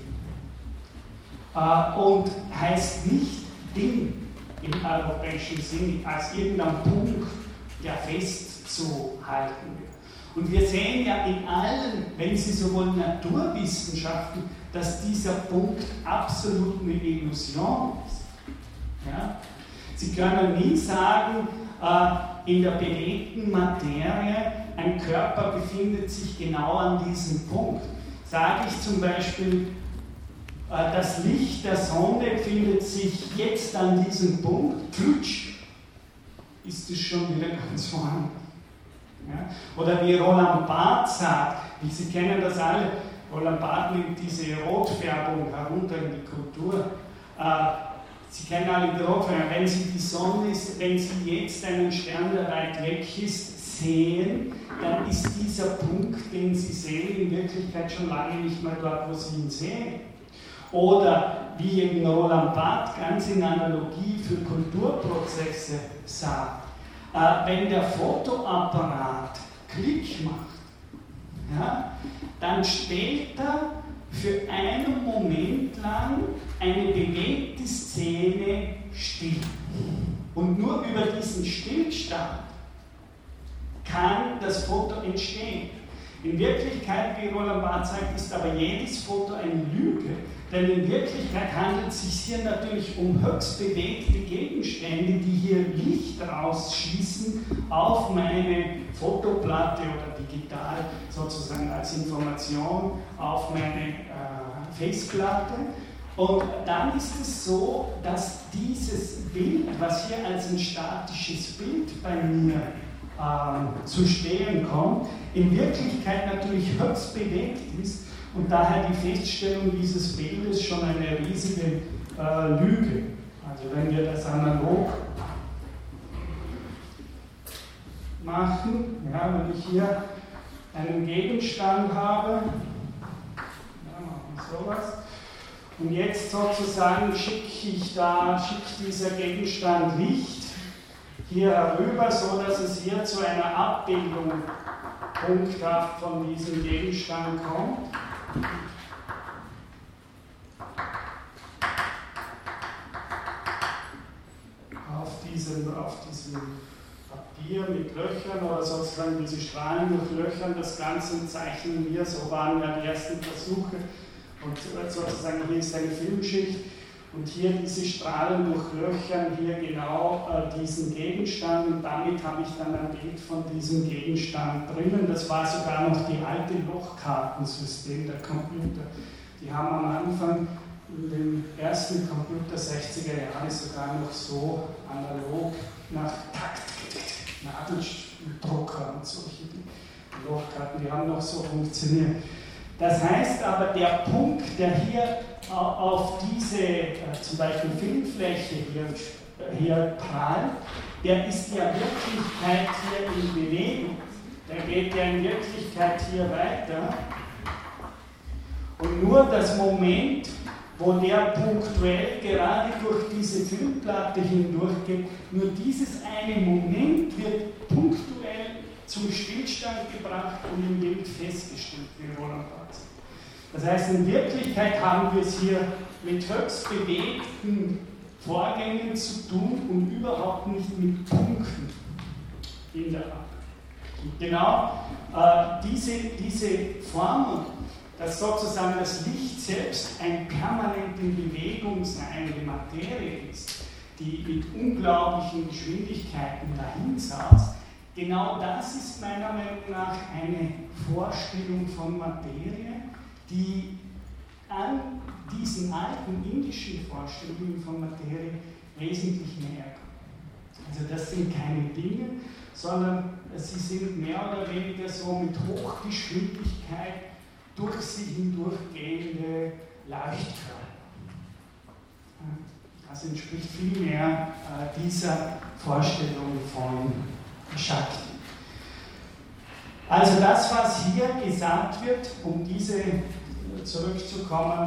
und heißt nicht Ding im europäischen Sinn als irgendein Punkt, der festzuhalten wird. Und wir sehen ja in allen, wenn Sie so wollen, Naturwissenschaften, dass dieser Punkt absolut eine Illusion ist. Ja? Sie können nie sagen, in der bewegten Materie, ein Körper befindet sich genau an diesem Punkt. sage ich zum Beispiel, das Licht der Sonne findet sich jetzt an diesem Punkt, flutsch, ist es schon wieder ganz vorhanden. Ja? Oder wie Roland Barthes sagt, Sie kennen das alle, Roland Barthes nimmt diese Rotfärbung herunter in die Kultur. Sie kennen alle die Rotfärbung, wenn Sie die Sonne, wenn Sie jetzt einen Stern, der weit weg ist, sehen, dann ist dieser Punkt, den Sie sehen, in Wirklichkeit schon lange nicht mehr dort, wo Sie ihn sehen. Oder wie eben Roland Barthes ganz in Analogie für Kulturprozesse sagt, wenn der Fotoapparat Klick macht, ja, dann stellt er für einen Moment lang eine bewegte Szene still. Und nur über diesen Stillstand kann das Foto entstehen. In Wirklichkeit, wie Roland Barthes sagt, ist aber jedes Foto eine Lüge, denn in Wirklichkeit handelt es sich hier natürlich um höchst bewegte Gegenstände, die hier Licht rausschießen auf meine Fotoplatte oder digital sozusagen als Information auf meine Festplatte. Und dann ist es so, dass dieses Bild, was hier als ein statisches Bild bei mir zu stehen kommt, in Wirklichkeit natürlich höchst bewegt ist und daher die Feststellung dieses Bildes schon eine riesige Lüge. Also wenn wir das analog machen, ja, wenn ich hier einen Gegenstand habe, ja, machen wir sowas, und jetzt sozusagen schickt dieser Gegenstand Licht hier herüber, so dass es hier zu einer Abbildung punkthaft von diesem Gegenstand kommt. Auf diesem Papier mit Löchern oder sozusagen diese Strahlen durch Löchern, das Ganze zeichnen wir, so waren ja die ersten Versuche. Und sozusagen hier ist eine Filmschicht und hier diese Strahlen durchlöchern hier genau diesen Gegenstand und damit habe ich dann ein Bild von diesem Gegenstand drinnen. Das war sogar noch die alte Lochkartensystem der Computer. Die haben am Anfang in den ersten Computer 60er Jahre sogar noch so analog nach Takt, Nadeldrucker und solche Lochkarten, die haben noch so funktioniert. Das heißt aber, der Punkt, der hier auf diese zum Beispiel Filmfläche hier prallt, der ist ja in Wirklichkeit hier in Bewegung. Der geht ja in Wirklichkeit hier weiter. Und nur das Moment, wo der punktuell gerade durch diese Filmplatte hindurchgeht, nur dieses eine Moment wird punktuell zum Stillstand gebracht und im Bild festgestellt, wie Roland Barthes. Das heißt, in Wirklichkeit haben wir es hier mit höchst bewegten Vorgängen zu tun und überhaupt nicht mit Punkten in der Art. Und genau diese Formel, dass sozusagen das Licht selbst ein permanent in Bewegung seiende Materie ist, die mit unglaublichen Geschwindigkeiten dahin saust, genau das ist meiner Meinung nach eine Vorstellung von Materie, die an diesen alten indischen Vorstellungen von Materie wesentlich näher kommt. Also das sind keine Dinge, sondern sie sind mehr oder weniger so mit Hochgeschwindigkeit durch sie hindurchgehende Leuchtquellen. Das entspricht vielmehr dieser Vorstellung von Shakti. Also das, was hier gesagt wird, um zurückzukommen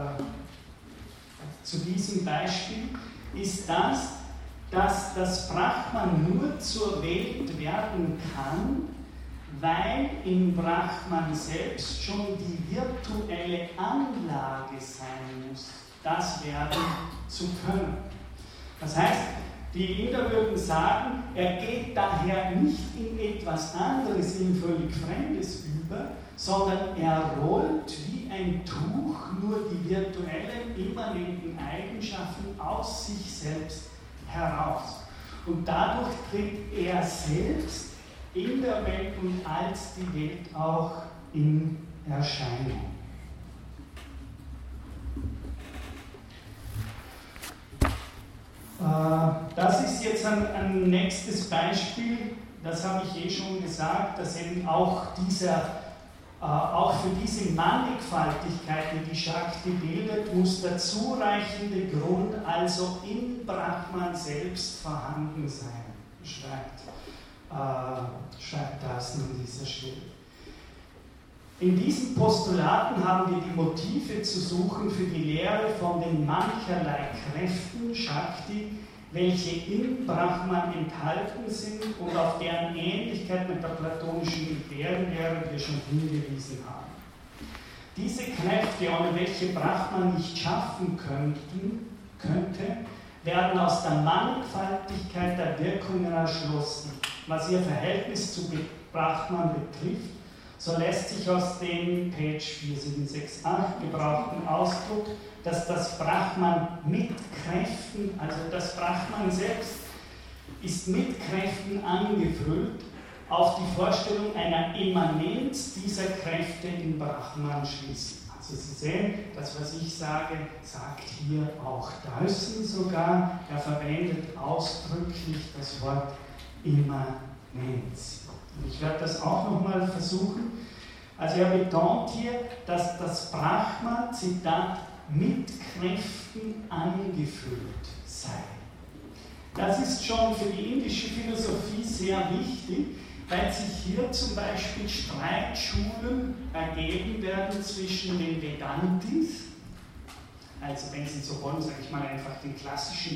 zu diesem Beispiel, ist das, dass das Brahman nur zur Welt werden kann, weil im Brahman selbst schon die virtuelle Anlage sein muss, das werden zu können. Das heißt, die Inder würden sagen, er geht daher nicht in etwas anderes, in völlig Fremdes über, sondern er rollt wie ein Tuch nur die virtuellen, immanenten Eigenschaften aus sich selbst heraus. Und dadurch tritt er selbst in der Welt und als die Welt auch in Erscheinung. Das ist jetzt ein nächstes Beispiel, das habe ich schon gesagt, dass eben auch für diese Mannigfaltigkeit, die Shakti bildet, muss der zureichende Grund also in Brahman selbst vorhanden sein, schreibt das in dieser Stelle. In diesen Postulaten haben wir die Motive zu suchen für die Lehre von den mancherlei Kräften, Shakti, welche in Brahman enthalten sind und auf deren Ähnlichkeit mit der platonischen Ideenlehre wir schon hingewiesen haben. Diese Kräfte, ohne welche Brahman nicht schaffen könnte, werden aus der Mannigfaltigkeit der Wirkungen erschlossen. Was ihr Verhältnis zu Brahman betrifft, so lässt sich aus dem Page 4768 gebrauchten Ausdruck, dass das Brahman mit Kräften, also das Brahman selbst ist mit Kräften angefüllt, auf die Vorstellung einer Immanenz dieser Kräfte in Brahman schließen. Also Sie sehen, das, was ich sage, sagt hier auch Deussen sogar. Er verwendet ausdrücklich das Wort Immanenz. Und ich werde das auch nochmal versuchen. Also er betont hier, dass das Brahman, Zitat, mit Kräften angefüllt sei. Das ist schon für die indische Philosophie sehr wichtig, weil sich hier zum Beispiel Streitschulen ergeben werden zwischen den Vedantis, also wenn Sie so wollen, sage ich mal einfach den klassischen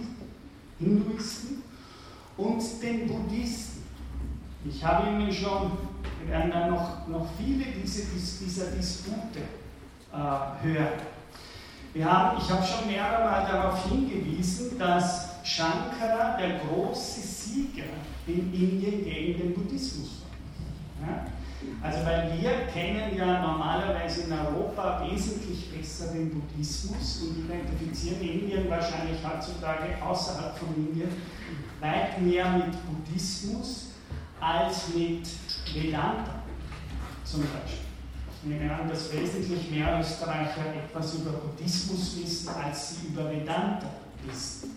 Hinduisten, und den Buddhisten. Ich habe Ihnen schon, wir werden dann noch viele dieser Dispute hören. Ich habe schon mehrere Mal darauf hingewiesen, dass Shankara der große Sieger in Indien gegen den Buddhismus war. Ja? Also weil wir kennen ja normalerweise in Europa wesentlich besser den Buddhismus und identifizieren Indien wahrscheinlich heutzutage außerhalb von Indien weit mehr mit Buddhismus als mit Vedanta zum Beispiel. Ich nehme an, dass wesentlich mehr Österreicher etwas über Buddhismus wissen, als sie über Vedanta wissen.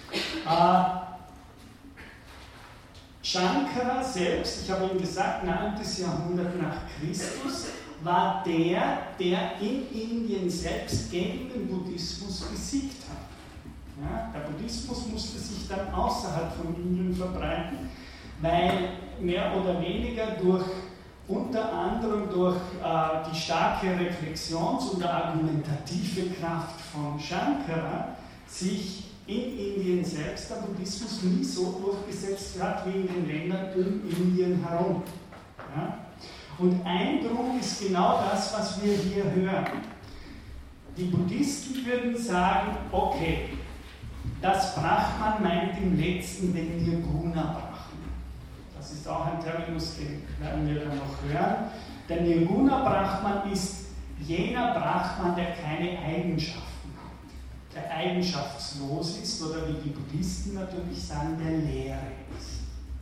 Shankara selbst, ich habe Ihnen gesagt, 9. Jahrhundert nach Christus, war der in Indien selbst gegen den Buddhismus besiegt hat. Ja, der Buddhismus musste sich dann außerhalb von Indien verbreiten, weil mehr oder weniger unter anderem durch die starke Reflexions- und argumentative Kraft von Shankara sich in Indien selbst der Buddhismus nie so durchgesetzt hat wie in den Ländern um Indien herum. Ja? Und ein Grund ist genau das, was wir hier hören. Die Buddhisten würden sagen, okay, das Brahman meint im letzten den Nirguna-Brahman. Das ist auch ein Terminus, den werden wir dann noch hören. Der Nirguna-Brahman ist jener Brahman, der keine Eigenschaften hat, der eigenschaftslos ist oder wie die Buddhisten natürlich sagen, der Leere ist.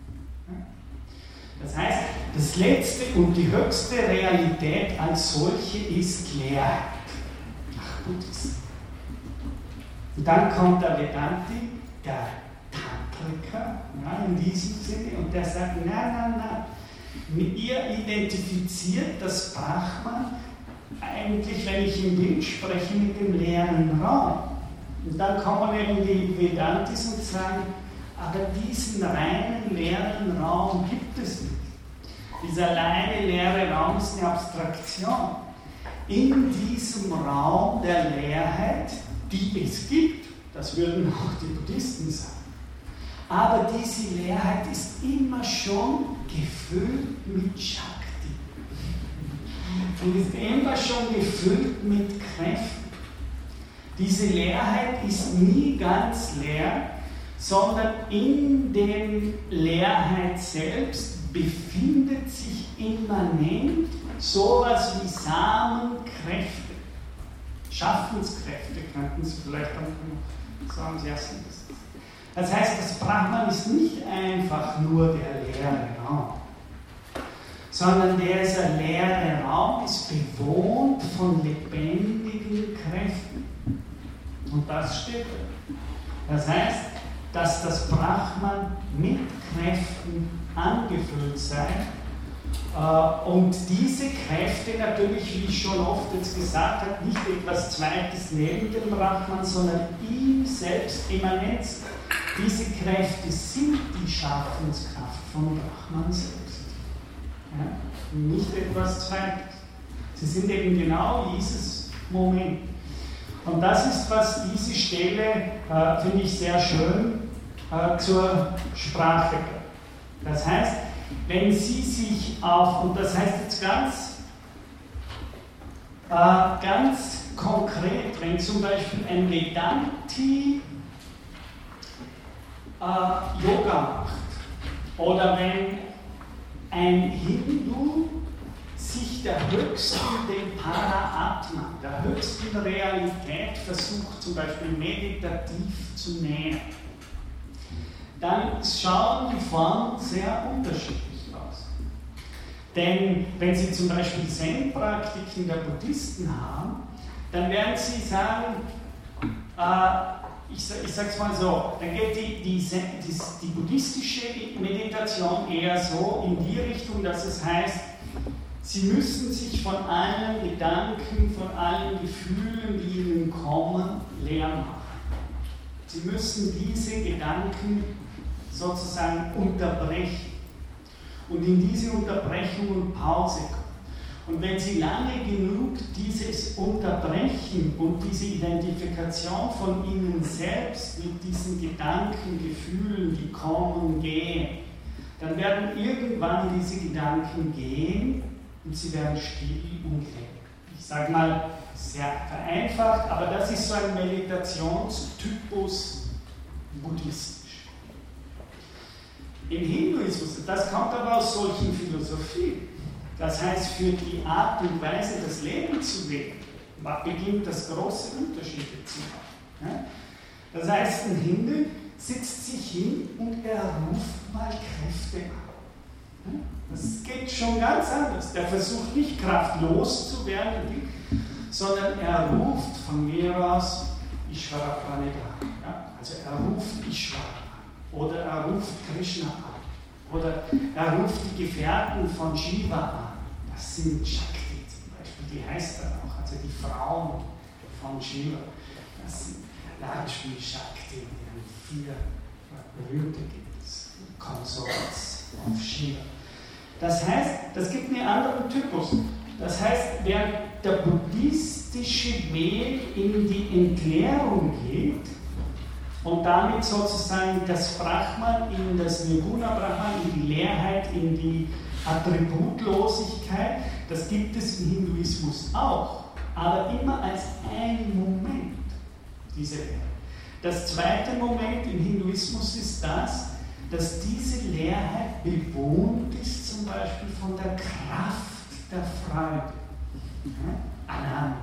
Das heißt, das letzte und die höchste Realität als solche ist Leerheit nach Buddhismus. Und dann kommt der Vedanti, der Tantriker, ja, in diesem Sinne, und der sagt, nein, ihr identifiziert das Brahman eigentlich, wenn ich im Bild spreche, mit dem leeren Raum. Und dann kommen eben die Vedantis und sagen, aber diesen reinen leeren Raum gibt es nicht. Dieser reine leere Raum ist eine Abstraktion. In diesem Raum der Leerheit, die es gibt, das würden auch die Buddhisten sagen, aber diese Leerheit ist immer schon gefüllt mit Shakti. Und ist immer schon gefüllt mit Kräften. Diese Leerheit ist nie ganz leer, sondern in der Leerheit selbst befindet sich immanent sowas wie Samenkräfte, Schaffenskräfte, könnten Sie vielleicht auch sagen, Sie ersten das. Das heißt, das Brahman ist nicht einfach nur der leere Raum, sondern dieser leere Raum ist bewohnt von lebendigen Kräften. Und das steht da. Das heißt, dass das Brahman mit Kräften angefüllt sei und diese Kräfte natürlich, wie ich schon oft jetzt gesagt habe, nicht etwas Zweites neben dem Brahman, sondern ihm selbst immanent sind. Diese Kräfte sind die Schaffenskraft von Brahman selbst. Ja? Nicht etwas Zweites. Sie sind eben genau dieses Moment. Und das ist, was diese Stelle, finde ich, sehr schön zur Sprache bringt. Das heißt, wenn Sie sich und das heißt jetzt ganz konkret, wenn zum Beispiel ein Vedanti Yoga macht oder wenn ein Hindu sich der höchsten, dem Para-Atman, der höchsten Realität versucht, zum Beispiel meditativ zu nähern, dann schauen die Formen sehr unterschiedlich aus. Denn wenn Sie zum Beispiel Zen-Praktiken der Buddhisten haben, dann werden Sie sagen, ich sage es mal so, dann geht die buddhistische Meditation eher so in die Richtung, dass es heißt, Sie müssen sich von allen Gedanken, von allen Gefühlen, die Ihnen kommen, leer machen. Sie müssen diese Gedanken sozusagen unterbrechen und in diese Unterbrechung und Pause kommen. Und wenn Sie lange genug dieses Unterbrechen und diese Identifikation von Ihnen selbst mit diesen Gedanken, Gefühlen, die kommen, gehen, dann werden irgendwann diese Gedanken gehen und sie werden still und leer. Ich sage mal sehr vereinfacht, aber das ist so ein Meditationstypus buddhistisch. Im Hinduismus, das kommt aber aus solchen Philosophien. Das heißt, für die Art und Weise, das Leben zu leben, beginnt das große Unterschiede zu machen. Das heißt, ein Hindu sitzt sich hin und er ruft mal Kräfte an. Das geht schon ganz anders. Der versucht nicht kraftlos zu werden, sondern er ruft von mir aus Ishvara Pranidhana. Ja? Also er ruft Ishvara an. Oder er ruft Krishna an. Oder er ruft die Gefährten von Shiva an. Das sind Shakti zum Beispiel, die heißt er auch, also die Frauen von Shiva. Das sind Lakshmi Shakti, die 4 berühmte gibt es, Consorts of Shiva. Das heißt, das gibt einen anderen Typus. Das heißt, während der buddhistische Weg in die Entleerung geht und damit sozusagen das Brahman in das Nirguna Brahman, in die Leerheit, in die Attributlosigkeit, das gibt es im Hinduismus auch, aber immer als ein Moment, diese Leerheit. Das zweite Moment im Hinduismus ist das, dass diese Leerheit bewohnt ist, zum Beispiel von der Kraft der Freude. Ananda.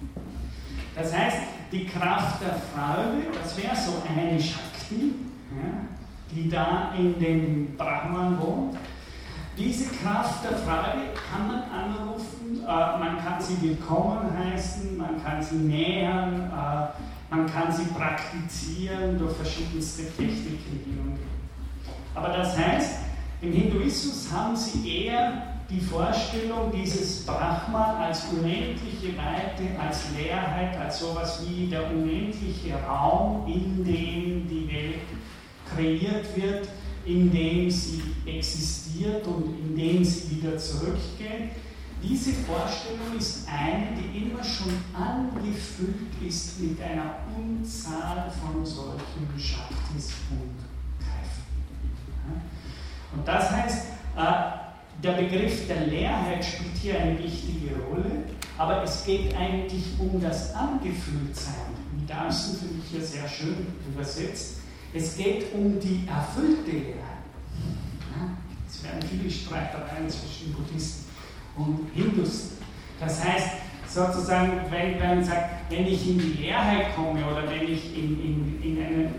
Das heißt, die Kraft der Freude, das wäre so eine Shakti, die da in dem Brahman wohnt. Diese Kraft der Freude kann man anrufen, man kann sie willkommen heißen, man kann sie nähern, man kann sie praktizieren durch verschiedenste Techniken. Aber das heißt, im Hinduismus haben sie eher die Vorstellung dieses Brahman als unendliche Weite, als Leerheit, als sowas wie der unendliche Raum, in dem die Welt kreiert wird, in dem sie existiert und in dem sie wieder zurückgeht. Diese Vorstellung ist eine, die immer schon angefüllt ist mit einer Unzahl von solchen Shaktis und Kräften. Und das heißt, der Begriff der Leerheit spielt hier eine wichtige Rolle, aber es geht eigentlich um das Angefülltsein. Wie Darson finde ich hier sehr schön übersetzt. Es geht um die erfüllte Leerheit. Es werden viele Streitereien zwischen Buddhisten und Hindus. Das heißt, sozusagen, wenn man sagt, wenn ich in die Leerheit komme oder wenn ich in einen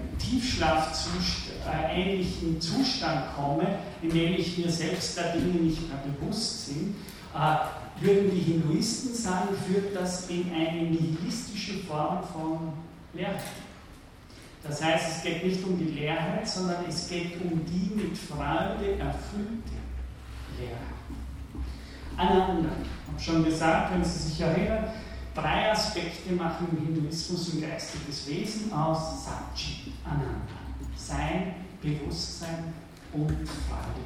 tiefschlafähnlichen Zustand komme, in dem ich mir selbst der Dinge nicht mehr bewusst bin, würden die Hinduisten sagen, führt das in eine nihilistische Form von Leerheit. Das heißt, es geht nicht um die Leerheit, sondern es geht um die mit Freude erfüllte Leerheit. Aneinander. Ich habe schon gesagt, wenn Sie sich erinnern, 3 Aspekte machen im Hinduismus ein geistiges Wesen aus: Satchit, Ananda. Sein, Bewusstsein und Freude.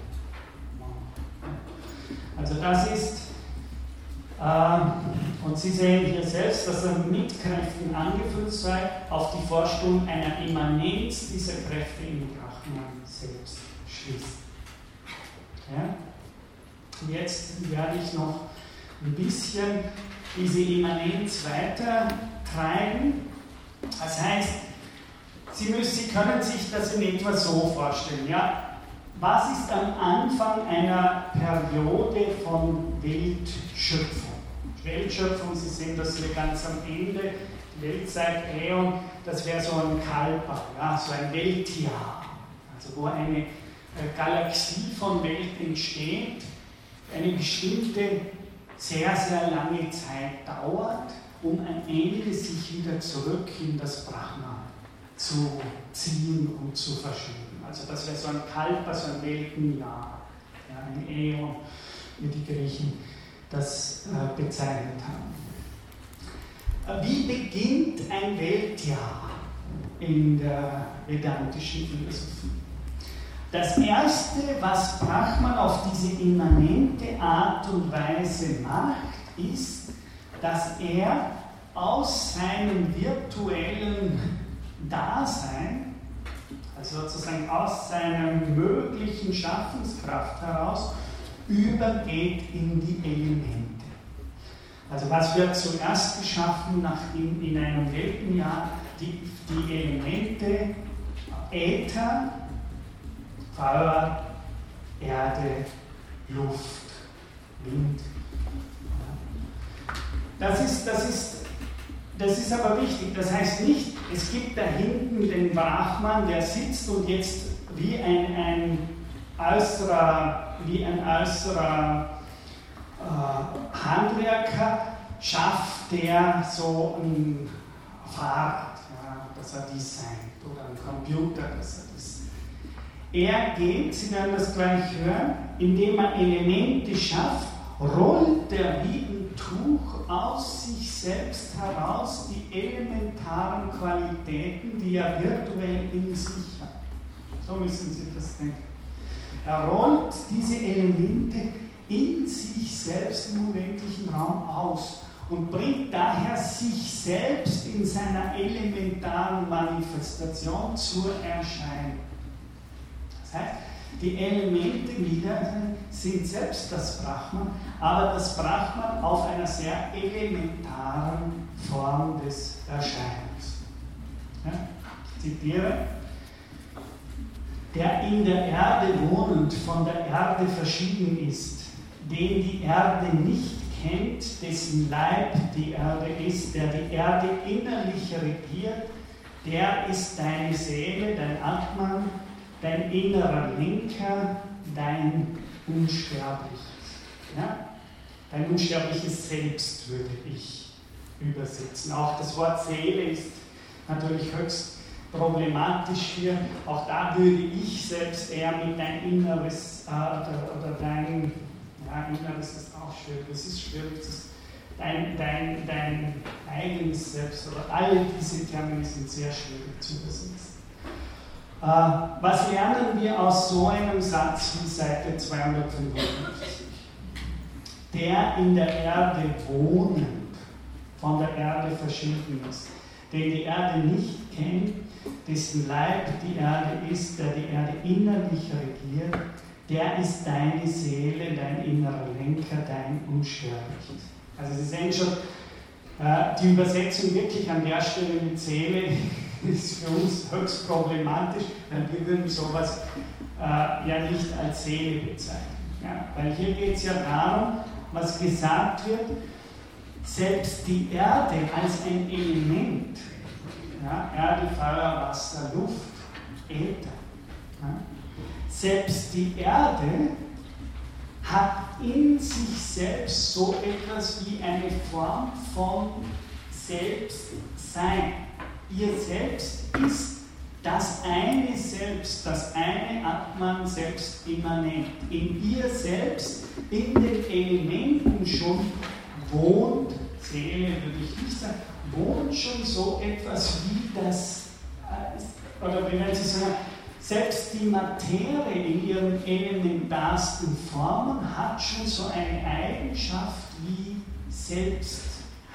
Also das ist, und Sie sehen hier selbst, dass er mit Kräften angefüllt sei, auf die Vorstellung einer Immanenz dieser Kräfte im Brahman selbst schließt. Ja? Jetzt werde ich noch ein bisschen diese Immanenz weiter treiben. Das heißt, Sie können sich das in etwa so vorstellen. Ja? Was ist am Anfang einer Periode von Weltschöpfung? Weltschöpfung, Sie sehen das hier ganz am Ende, Weltzeit, Äon, das wäre so ein Kalpa, ja, so ein Weltjahr, also wo eine Galaxie von Welt entsteht, eine bestimmte, sehr, sehr lange Zeit dauert, um am Ende sich wieder zurück in das Brahman zu ziehen und zu verschieben. Also das wäre so ein Kalpa, so ein Weltenjahr, ja, ein Äon, wie die Griechen das bezeichnet haben. Wie beginnt ein Weltjahr in der vedantischen Philosophie? Das Erste, was Brahman auf diese immanente Art und Weise macht, ist, dass er aus seinem virtuellen Dasein, also sozusagen aus seiner möglichen Schaffenskraft heraus, übergeht in die Elemente. Also was wird zuerst geschaffen in einem Weltenjahr? Die Elemente Äther, Feuer, Erde, Luft, Wind. Das ist aber wichtig. Das heißt nicht, es gibt da hinten den Brahman, der sitzt und jetzt wie ein äußerer Handwerker schafft der so ein Fahrrad, ja, dass er designt, oder ein Computer, dass er das. Er geht, Sie werden das gleich hören, indem er Elemente schafft, rollt er wie ein Tuch aus sich selbst heraus die elementaren Qualitäten, die er virtuell in sich hat. So müssen Sie das denken. Er rollt diese Elemente in sich selbst im unendlichen Raum aus und bringt daher sich selbst in seiner elementaren Manifestation zur Erscheinung. Das heißt, die Elemente wieder sind selbst das Brahman, aber das Brahman auf einer sehr elementaren Form des Erscheinens. Ja? Ich zitiere: Der in der Erde wohnend von der Erde verschieden ist, den die Erde nicht kennt, dessen Leib die Erde ist, der die Erde innerlich regiert, der ist deine Seele, dein Atman, dein innerer Lenker, dein Unsterbliches. Ja? Dein unsterbliches Selbst würde ich übersetzen. Auch das Wort Seele ist natürlich höchst problematisch hier. Auch da würde ich selbst eher mit dein Inneres oder dein, ja, Inneres ist auch schwierig, das ist schwierig, dein eigenes Selbst oder alle diese Termine sind sehr schwierig zu übersetzen. Was lernen wir aus so einem Satz wie Seite 255? Der in der Erde wohnend von der Erde verschieden ist, den die Erde nicht kennt, dessen Leib die Erde ist, der die Erde innerlich regiert, der ist deine Seele, dein innerer Lenker, dein Unsterbliches. Also Sie sehen schon, die Übersetzung wirklich an der Stelle mit Seele ist für uns höchst problematisch, weil wir würden sowas ja nicht als Seele bezeichnen. Ja? Weil hier geht es ja darum, was gesagt wird, selbst die Erde als ein Element, ja, Erde, Feuer, Wasser, Luft, Äther, ja, selbst die Erde hat in sich selbst so etwas wie eine Form von Selbstsein. Ihr Selbst ist das eine Selbst, das eine Atman selbst immanent, in ihr selbst, in den Elementen schon wohnt, Seele würde ich nicht sagen, wohnt schon so etwas wie das, oder wie wenn Sie sagen, selbst die Materie in ihren elementarsten Formen hat schon so eine Eigenschaft wie Selbstheit,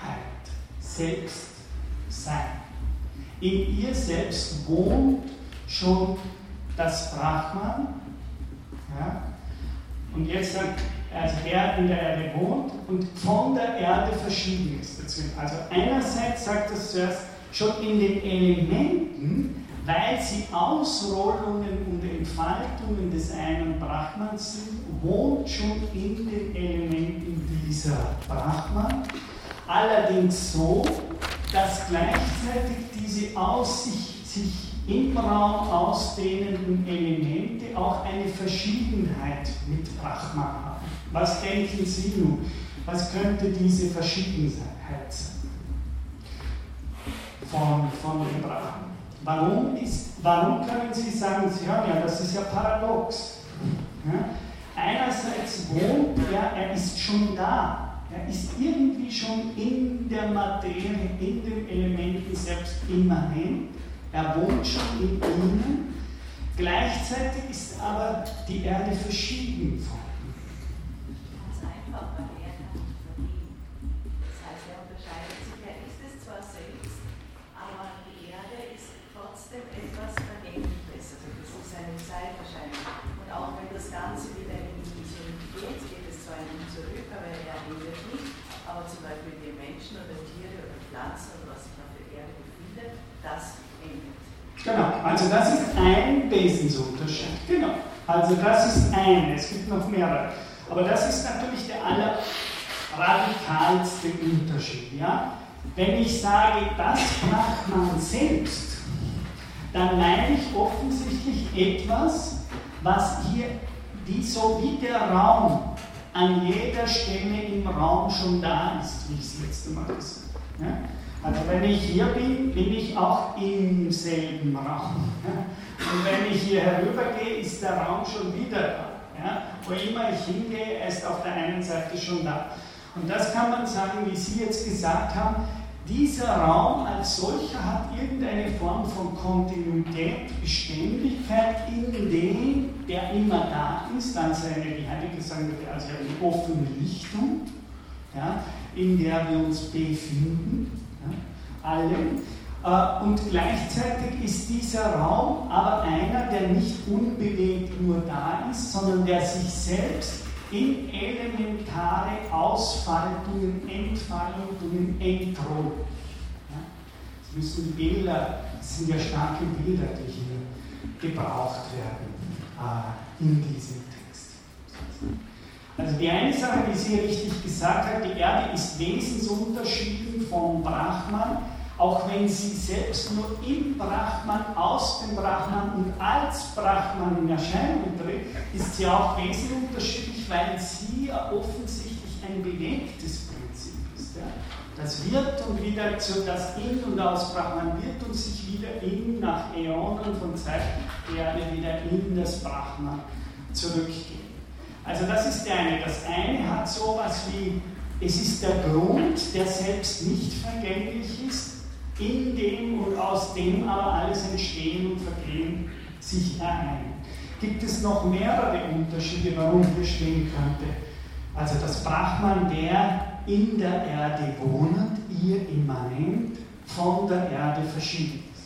Selbstsein. In ihr selbst wohnt schon das Brahman. Ja? Und jetzt sagt, also der in der Erde wohnt und von der Erde verschieden ist. Also einerseits sagt es zuerst schon in den Elementen, weil sie Ausrollungen und Entfaltungen des einen Brahmans sind, wohnt schon in den Elementen dieser Brahman. Allerdings so, dass gleichzeitig diese sich im Raum ausdehnenden Elemente auch eine Verschiedenheit mit Brahman haben. Was denken Sie nun? Was könnte diese Verschiedenheit sein von dem Brahman? Warum können Sie sagen, Sie hören ja, das ist ja paradox. Ja? Einerseits wohnt er ist schon da. Er ist irgendwie schon in der Materie, in den Elementen selbst immanent. Er wohnt schon in ihnen. Gleichzeitig ist aber die Erde verschieden von ihm. Ganz einfach, weil er kann nicht vergehen. Das heißt, er unterscheidet sich. Er ist es zwar selbst, aber die Erde ist trotzdem etwas Vergängliches. Also das ist eine Zeiterscheinung. Und auch wenn das Ganze wieder in die Illusionität geht, es zwar in ihn zurück, aber er redet nicht. Aber zum Beispiel die Menschen oder Tiere oder Pflanzen oder was sich auf der Erde befindet, das endet. Genau, also das ist ein Wesensunterschied. Genau, also das ist ein, es gibt noch mehrere. Aber das ist natürlich der allerradikalste Unterschied. Ja? Wenn ich sage, das macht man selbst, dann meine ich offensichtlich etwas, was hier, so wie der Raum an jeder Stelle im Raum schon da ist, wie ich es letzte Mal gesagt habe. Ja? Also wenn ich hier bin, bin ich auch im selben Raum. Ja? Und wenn ich hier herübergehe, ist der Raum schon wieder da. Ja? Wo immer ich hingehe, er ist auf der einen Seite schon da. Und das kann man sagen, wie Sie jetzt gesagt haben, dieser Raum als solcher hat irgendeine Form von Kontinuität, Beständigkeit, in dem der immer da ist, als eine, wie Heidegger sagen würde, als eine offene Lichtung, ja, in der wir uns befinden, ja, alle. Und gleichzeitig ist dieser Raum aber einer, der nicht unbewegt nur da ist, sondern der sich selbst in elementare Ausfaltungen, Entfaltungen entrollt. Ja? Das müssen die Bilder, das sind ja starke Bilder, die hier gebraucht werden in diesem Text. Also die eine Sache, die sie richtig gesagt hat, die Erde ist wesensunterschieden vom Brahman, auch wenn sie selbst nur im Brahman, aus dem Brahman und als Brahman in Erscheinung tritt, ist sie auch wesenunterschiedlich, weil sie ja offensichtlich ein bewegtes Prinzip ist. Ja? Das wird und wieder zu das in und aus Brahman wird und sich wieder in, nach Äonen von Zeit, Erde wieder in das Brahman zurückgeht. Also das ist der eine. Das eine hat sowas wie, es ist der Grund, der selbst nicht vergänglich ist, in dem und aus dem aber alles Entstehen und Vergehen sich ereint. Gibt es noch mehrere Unterschiede, warum hier stehen könnte? Also das Brahman, der in der Erde wohnt, ihr immanent, von der Erde verschieden ist.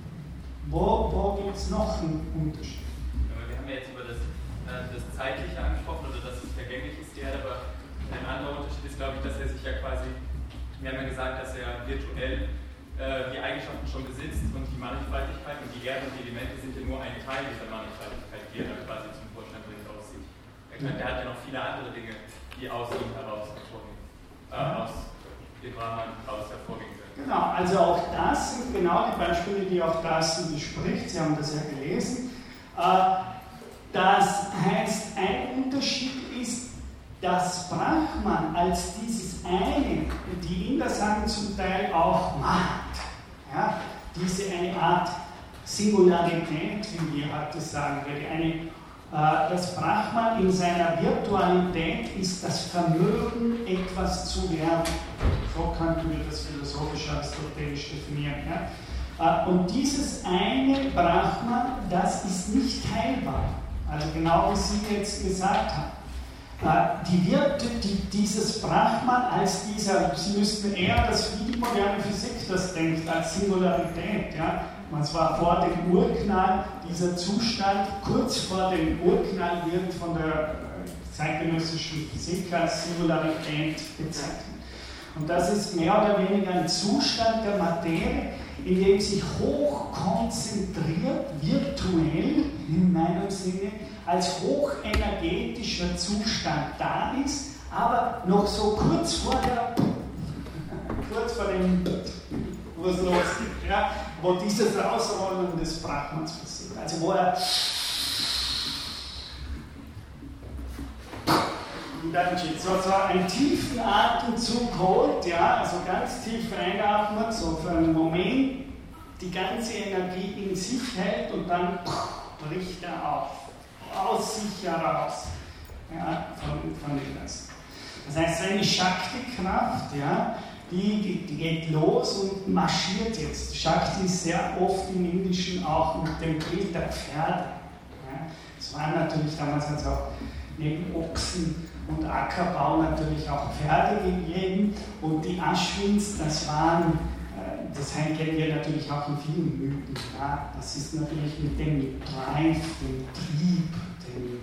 Wo gibt es noch einen Unterschied? Aber wir haben ja jetzt über das Zeitliche angesprochen, oder dass es vergänglich ist, die Erde, aber ein anderer Unterschied ist, glaube ich, dass er sich ja quasi, wir haben ja gesagt, dass er virtuell die Eigenschaften schon besitzt und die Mannigfaltigkeit, und die Erde und die Elemente sind ja nur ein Teil dieser Mannigfaltigkeit, die er dann quasi zum Vorschein bringt aus sich. Er hat ja noch viele andere Dinge, die aus ihm heraus hervorgehen, aus dem Brahman heraus hervorgehen können. Genau, also auch das sind genau die Beispiele, die auch Darcy bespricht. Sie haben das ja gelesen. Das heißt, ein Unterschied ist, dass Brahman als dieses eine, die Inder sagen zum Teil auch Mahat, ja, diese eine Art Singularität, wie wir heute sagen würden. Das Brahman in seiner Virtualität ist das Vermögen, etwas zu werden. So könnten wir das philosophisch-aristotelisch definieren. Ja? Und dieses eine Brahman, das ist nicht teilbar. Also genau wie Sie jetzt gesagt haben. Dieses Brahman als dieser, Sie müssten eher das, wie die moderne Physik das denkt, als Singularität. Ja? Und zwar vor dem Urknall, dieser Zustand, kurz vor dem Urknall wird von der zeitgenössischen Physik als Singularität bezeichnet. Und das ist mehr oder weniger ein Zustand der Materie, in dem sich hochkonzentriert, virtuell in meinem Sinne, als hochenergetischer Zustand da ist, aber noch so kurz vor dem, wo es losgeht, ja, wo dieses Rausrollen des Brahmans passiert. Also wo er so einen tiefen Atemzug holt, ja, also ganz tief einatmet, so für einen Moment die ganze Energie in sich hält und dann bricht er auf, aus sich heraus, ja, von dem Geist. Das heißt, seine Shakti-Kraft, ja, die geht los und marschiert jetzt. Shakti ist sehr oft im Indischen auch mit dem Bild der Pferde. Ja. Es waren natürlich damals also auch neben Ochsen und Ackerbau natürlich auch Pferde gegeben und die Ashwins, das kennen wir natürlich auch in vielen Mythen. Ja. Das ist natürlich mit dem Drive, dem Trieb, dem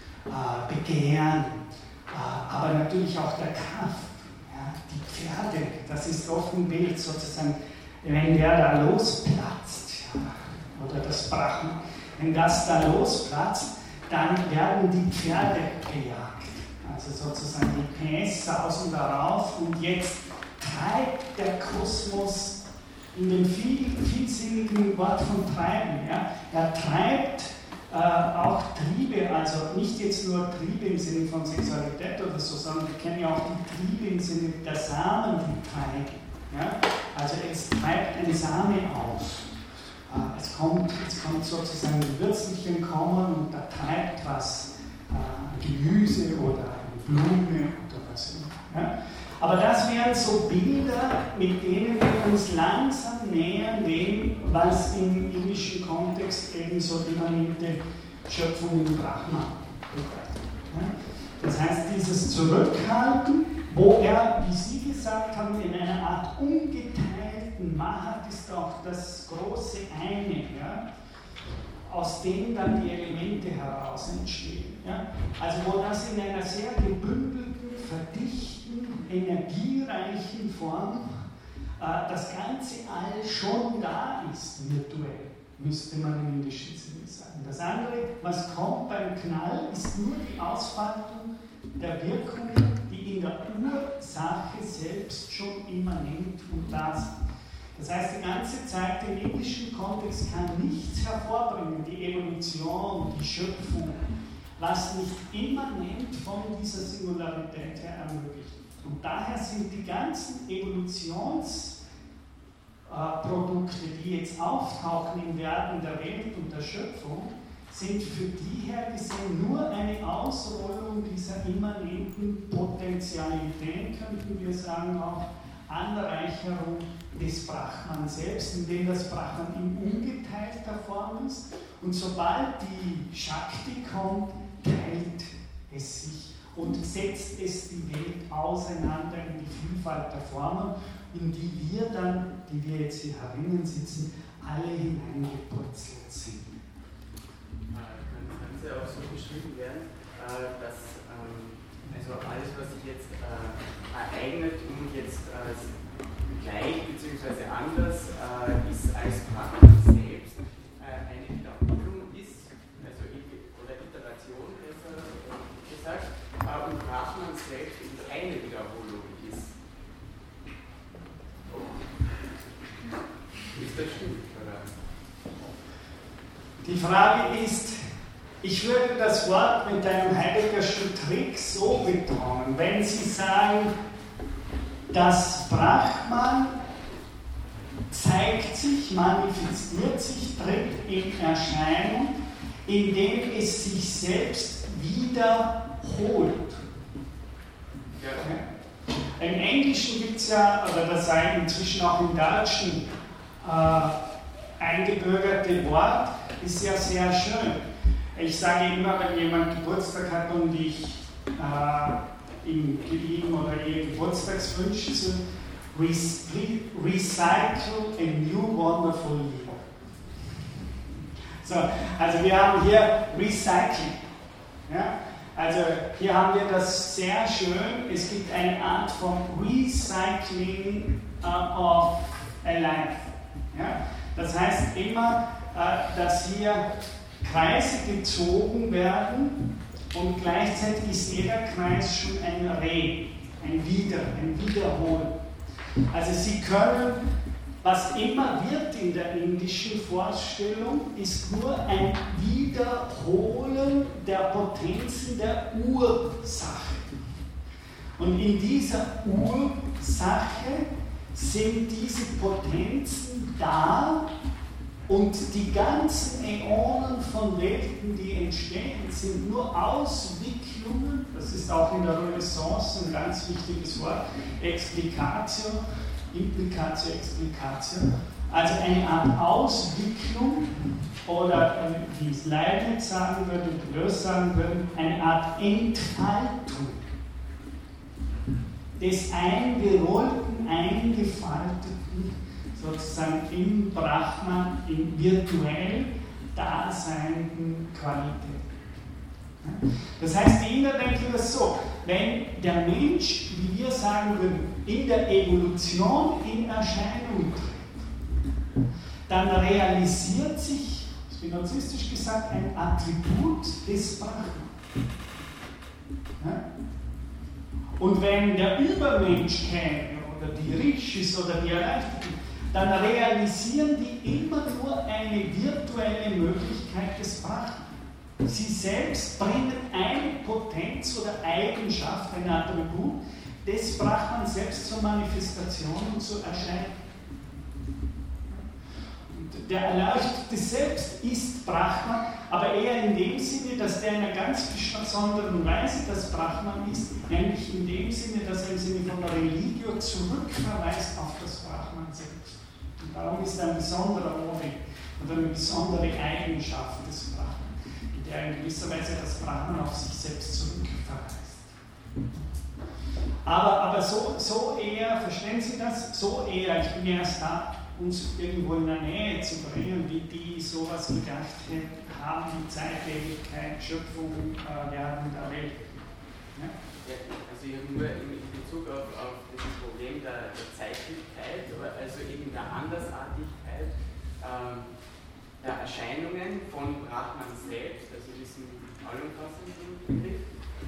Begehren, aber natürlich auch der Kraft. Ja. Die Pferde, das ist oft ein Bild sozusagen, wenn der da losplatzt, ja, oder das Brahman, wenn das da losplatzt, dann werden die Pferde gejagt. Also sozusagen die PS sausen darauf und jetzt treibt der Kosmos in dem vielsinnigen Wort von treiben. Ja? Er treibt auch Triebe, also nicht jetzt nur Triebe im Sinne von Sexualität oder so, sondern wir kennen ja auch die Triebe im Sinne der Samen, die treiben. Ja? Also es treibt ein Same aus. Es kommt sozusagen die Würzelchen kommen und da treibt was, Gemüse oder Blume oder was immer. Ja? Aber das wären so Bilder, mit denen wir uns langsam nähern dem, was im indischen Kontext eben so immanente Schöpfung im Brahman bedeutet. Ja? Das heißt, dieses Zurückhalten, wo er, wie Sie gesagt haben, in einer Art ungeteilten Mahat ist auch das große Eine, ja? Aus dem dann die Elemente heraus entstehen. Ja? Also wo das in einer sehr gebündelten, verdichten, energiereichen Form das ganze All schon da ist, virtuell, müsste man im indischen Sinne sagen. Das andere, was kommt beim Knall, ist nur die Ausfaltung der Wirkung, die in der Ursache selbst schon immanent und da sind. Das heißt, die ganze Zeit im indischen Kontext kann nichts hervorbringen, die Evolution, die Schöpfung, was nicht immanent von dieser Singularität her ermöglicht. Und daher sind die ganzen Evolutionsprodukte, die jetzt auftauchen im Werden der Welt und der Schöpfung, sind für die her gesehen nur eine Ausrollung dieser immanenten Potentialität, könnten wir sagen, auch Anreicherung des Brahman selbst, indem das Brahman in ungeteilter Form ist. Und sobald die Shakti kommt, teilt es sich und setzt es die Welt auseinander in die Vielfalt der Formen, in die wir dann, die wir jetzt hier herinnen sitzen, alle hineingepurzelt sind. Kann es ja auch so beschrieben werden, dass also alles, was sich jetzt ereignet und jetzt gleich bzw. anders ist als Brahman selbst, eine Wiederholung ist, also oder Iteration besser gesagt, und Brahman selbst eben eine Wiederholung ist. Ist das stimmt, oder? Die Frage ist, ich würde das Wort mit einem Heideggerschen Trick so betonen, wenn Sie sagen, dass Brahman zeigt sich, manifestiert sich, tritt in Erscheinung, indem es sich selbst wiederholt. Ja. Im Englischen gibt es ja, oder das sei inzwischen auch im Deutschen eingebürgerte Wort, ist ja sehr schön. Ich sage immer, wenn jemand Geburtstag hat und ich ihm oder ihr Geburtstagswünsche zu recycle a new wonderful year. So, also wir haben hier Recycling. Ja? Also hier haben wir das sehr schön. Es gibt eine Art von Recycling of a life. Ja? Das heißt immer, dass hier Kreise gezogen werden und gleichzeitig ist jeder Kreis schon ein ein Wiederholen. Also Sie können, was immer wird in der indischen Vorstellung, ist nur ein Wiederholen der Potenzen der Ursache. Und in dieser Ursache sind diese Potenzen da und die ganzen Äonen von Welten, die entstehen, sind nur Auswicklungen, das ist auch in der Renaissance ein ganz wichtiges Wort, Explicatio, Implicatio, Explicatio, also eine Art Auswicklung oder wie es Leibniz sagen würde, Deleuze sagen würden, eine Art Entfaltung des eingerollten, eingefalteten, sozusagen im Brahman, im virtuell daseinenden Qualität. Das heißt, die Inder denken das so, wenn der Mensch, wie wir sagen würden, in der Evolution in Erscheinung tritt, dann realisiert sich, spinozistisch gesagt, ein Attribut des Brahman. Und wenn der Übermensch käme, oder die Rishis oder die Erleichterten, dann realisieren die immer nur eine virtuelle Möglichkeit des Brahman. Sie selbst bringen eine Potenz oder Eigenschaft, ein Attribut des Brahman selbst zur Manifestation und zur Erscheinung. Und der Erleuchtete selbst ist Brahman, aber eher in dem Sinne, dass der in einer ganz besonderen Weise das Brahman ist, nämlich in dem Sinne, dass er im Sinne von der Religio zurückverweist auf das Brahman selbst. Und darum ist er ein besonderer Objekt und eine besondere Eigenschaft des Brahman, der in gewisser Weise das Brahman auf sich selbst zurückverweist. Aber so eher, verstehen Sie das? So eher, ich bin erst da, uns irgendwo in der Nähe zu bringen, wie die sowas gedacht haben, die Zeitlebigkeit, Schöpfung, Werden der Welt. Ja? Ja, also ich habe nur in Bezug auf das Problem der Zeitlichkeit, also eben der Andersartigkeit, der Erscheinungen von Brahman selbst, also diesem allumfassenden Begriff.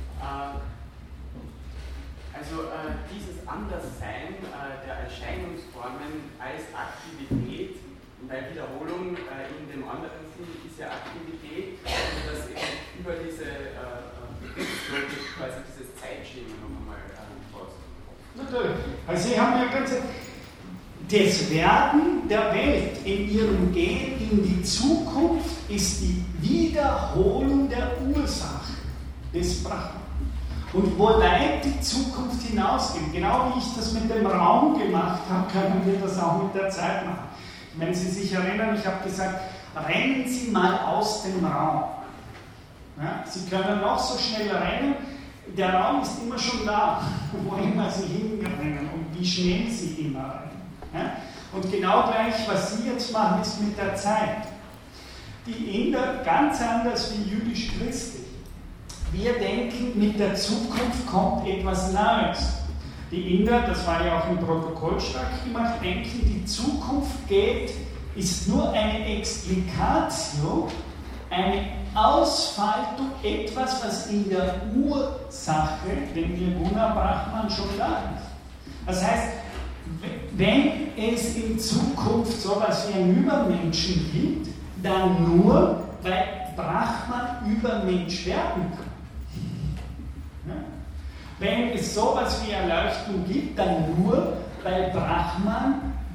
Also dieses Anderssein der Erscheinungsformen als Aktivität, weil Wiederholung in dem anderen Sinn ist ja Aktivität, also dass eben über diese Begriffslogik quasi dieses Zeitschema noch einmal rauskommt. Natürlich. Also Sie haben ja ganz das Werden der Welt in ihrem Gehen in die Zukunft ist die Wiederholung der Ursache des Brahman. Und wo weit die Zukunft hinausgeht, genau wie ich das mit dem Raum gemacht habe, können wir das auch mit der Zeit machen. Wenn Sie sich erinnern, ich habe gesagt, rennen Sie mal aus dem Raum. Ja, Sie können noch so schnell rennen, der Raum ist immer schon da, wo immer Sie hinrennen und wie schnell Sie immer rennen. Ja? Und genau gleich, was Sie jetzt machen, ist mit der Zeit. Die Inder, ganz anders wie jüdisch-christlich. Wir denken, mit der Zukunft kommt etwas Neues. Die Inder, das war ja auch im Protokoll stark gemacht, denken, die Zukunft ist nur eine Explicatio, eine Ausfaltung, etwas, was in der Ursache, dem Nirguna Brahman, schon da ist. Das heißt, wenn es in Zukunft so etwas wie einen Übermenschen gibt, dann nur, weil Brahman Übermensch werden kann. Ja? Wenn es so etwas wie Erleuchtung gibt, dann nur, weil Brahman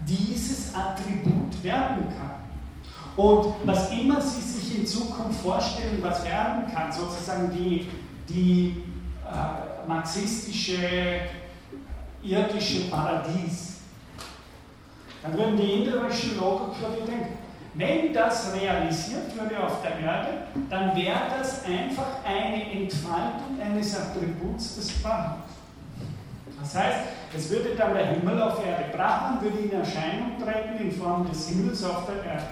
dieses Attribut werden kann. Und was immer Sie sich in Zukunft vorstellen, was werden kann, sozusagen die marxistische, irdische Paradies, dann würden die indoeuropäischen Logiker denken, wenn das realisiert würde auf der Erde, dann wäre das einfach eine Entfaltung eines Attributs des Brahmans. Das heißt, es würde dann der Himmel auf Erde, Brahman würde in Erscheinung treten in Form des Himmels auf der Erde.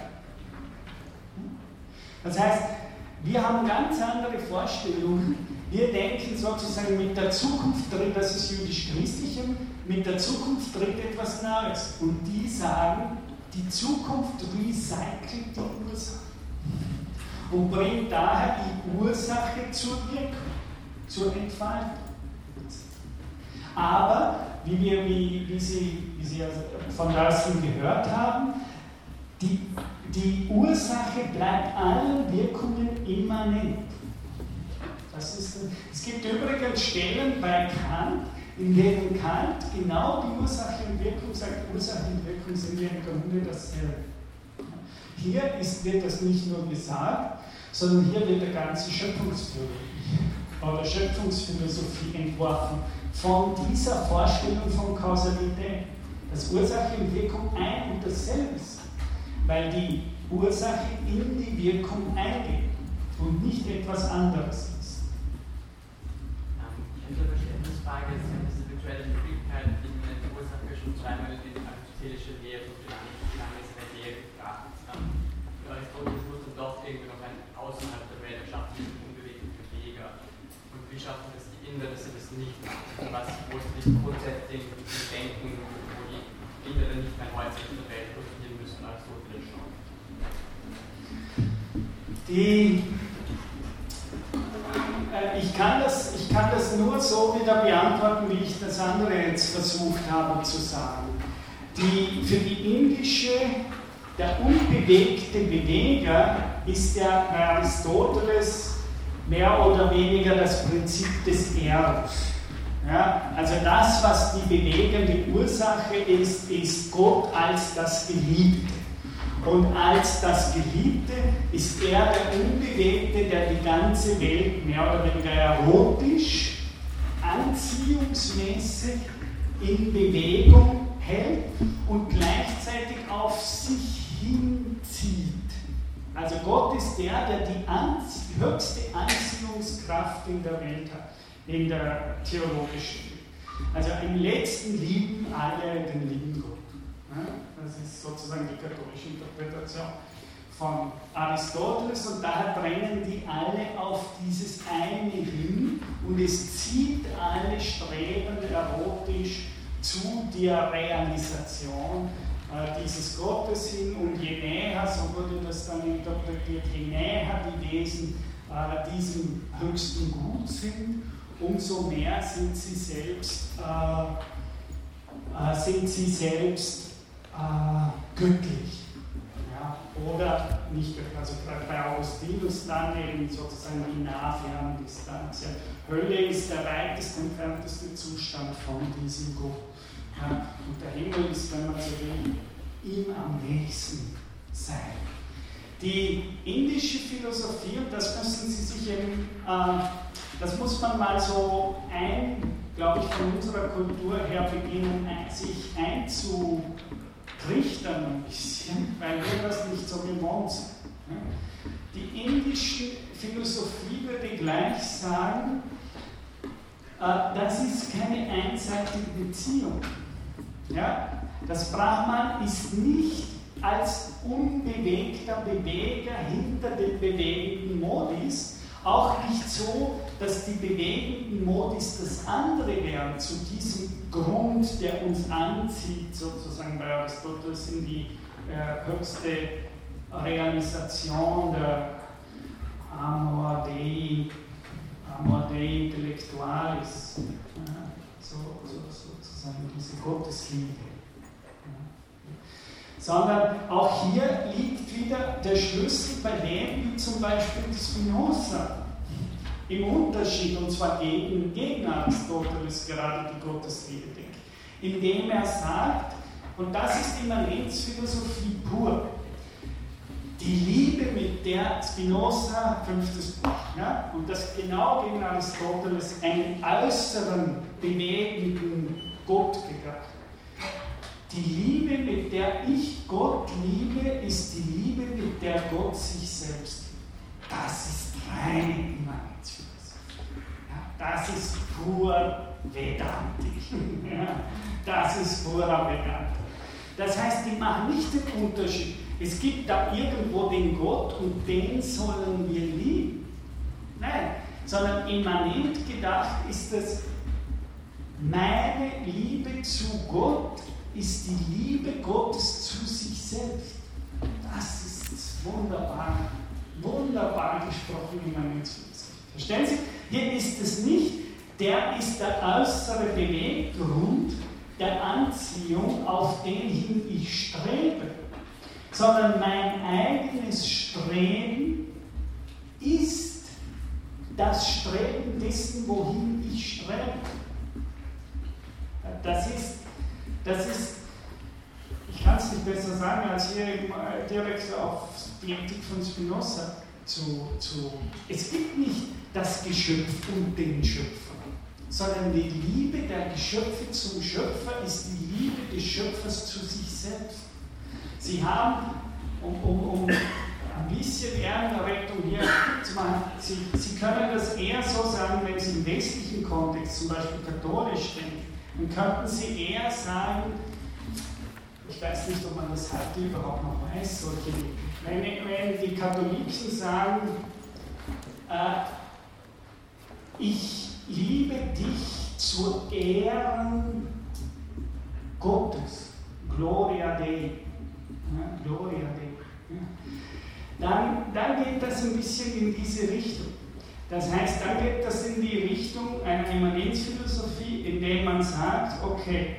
Das heißt, wir haben ganz andere Vorstellungen. Wir denken sozusagen mit der Zukunft tritt, das ist jüdisch-christliche, mit der Zukunft tritt etwas Neues. Und die sagen, die Zukunft recycelt die Ursache und bringt daher die Ursache zur Wirkung, zur Entfaltung. Aber, wie Sie von draußen gehört haben, die Ursache bleibt allen Wirkungen immanent. Es gibt übrigens Stellen bei Kant, in denen Kant genau die Ursache und Wirkung sagt, Ursache und Wirkung sind ja im Grunde dasselbe. Hier wird das nicht nur gesagt, sondern hier wird der ganze Schöpfungsphilosophie entworfen von dieser Vorstellung von Kausalität, dass Ursache und Wirkung ein und dasselbe ist, weil die Ursache in die Wirkung eingeht und nicht etwas anderes ist. Ich habe eine Verständnisfrage, Sie haben diese virtuelle Möglichkeit, die eine Ursache schon zweimal in die aristotelische Lehre von planmäßiger Lehre gebracht haben. Aristoteles muss dann doch irgendwie noch ein außerhalb der Welt erschaffen, diesen unbewegten Beweger. Und wie schaffen das die Inder, dass sie das nicht machen? Wo sie nicht grundsätzlich denken, wo die Inder dann nicht mehr heute in der Welt produzieren müssen, Aristoteles schon. Ich kann das nur so wieder beantworten, wie ich das andere jetzt versucht habe zu sagen. Für die indische, der unbewegte Beweger ist ja bei Aristoteles mehr oder weniger das Prinzip des Eros. Ja, also das, was die bewegende Ursache ist, ist Gott als das Geliebte. Und als das Geliebte ist er der Unbewegte, der die ganze Welt mehr oder weniger erotisch, anziehungsmäßig in Bewegung hält und gleichzeitig auf sich hinzieht. Also Gott ist der die höchste Anziehungskraft in der Welt hat, in der theologischen Welt. Also im Letzten lieben alle den lieben Gott. Das ist sozusagen die katholische Interpretation von Aristoteles und daher drängen die alle auf dieses eine hin und es zieht alle Streben erotisch zu der Realisation dieses Gottes hin und je näher, so wurde das dann interpretiert, je näher die Wesen diesem höchsten Gut sind, umso mehr sind sie selbst göttlich. Ja, oder nicht göttlich, also gerade bei Augustinus dann eben sozusagen die Nah-Ferndistanz. Ja. Hölle ist der weitest entfernteste Zustand von diesem Gott. Ja, und der Himmel ist, wenn man so will, ihm am nächsten sein. Die indische Philosophie, und das müssen Sie sich eben, das muss man mal so glaube ich, von unserer Kultur her beginnen, sich einzutrichtern ein bisschen, weil wir das nicht so gewohnt sind. Die indische Philosophie würde gleich sagen, das ist keine einseitige Beziehung. Ja? Das Brahman ist nicht als unbewegter Beweger hinter den bewegenden Modis, auch nicht so, dass die bewegenden Modis das andere wären, zu diesem Grund, der uns anzieht, sozusagen bei Aristoteles in die höchste Realisation der Amor Dei Intellectualis, sozusagen diese Gottesliebe. Sondern auch hier liegt wieder der Schlüssel bei dem, wie zum Beispiel Spinoza, im Unterschied, und zwar gegen Aristoteles gerade die Gottesliebe denkt, indem er sagt, Und das ist Immanenzphilosophie pur. Die Liebe, mit der Spinoza, 5. Buch, ja, und das genau gegen Aristoteles einen äußeren, bewegenden Gott gedacht. Die Liebe, mit der ich Gott liebe, ist die Liebe, mit der Gott sich selbst liebt. Das ist reine Immanenzphilosophie. Ja, das ist pur Vedantik. Ja, das ist purer Vedanta. Das heißt, die machen nicht den Unterschied. Es gibt da irgendwo den Gott und den sollen wir lieben. Nein, sondern immanent gedacht ist es, meine Liebe zu Gott ist die Liebe Gottes zu sich selbst. Das ist wunderbar, wunderbar gesprochen Immanenzphilosophie. Verstehen Sie? Hier ist es nicht, der ist der äußere Beweggrund der Anziehung, auf den hin ich strebe, sondern mein eigenes Streben ist das Streben dessen, wohin ich strebe. Das ist, ich kann es nicht besser sagen, als hier direkt auf die Ethik von Spinoza es gibt nicht das Geschöpf und den Schöpfer, sondern die Liebe der Geschöpfe zum Schöpfer ist die Liebe des Schöpfers zu sich selbst. Sie haben, um ein bisschen Ehrenrettung hier zu machen, Sie können das eher so sagen, wenn Sie im westlichen Kontext, zum Beispiel katholisch denken, dann könnten Sie eher sagen, ich weiß nicht, ob man das heute überhaupt noch weiß, wenn die Katholiken sagen, ich liebe dich zu Ehren Gottes, Gloria Dei, ja, Gloria Dei, ja. Dann geht das ein bisschen in diese Richtung. Das heißt, dann geht das in die Richtung einer Immanenzphilosophie, in der man sagt, okay,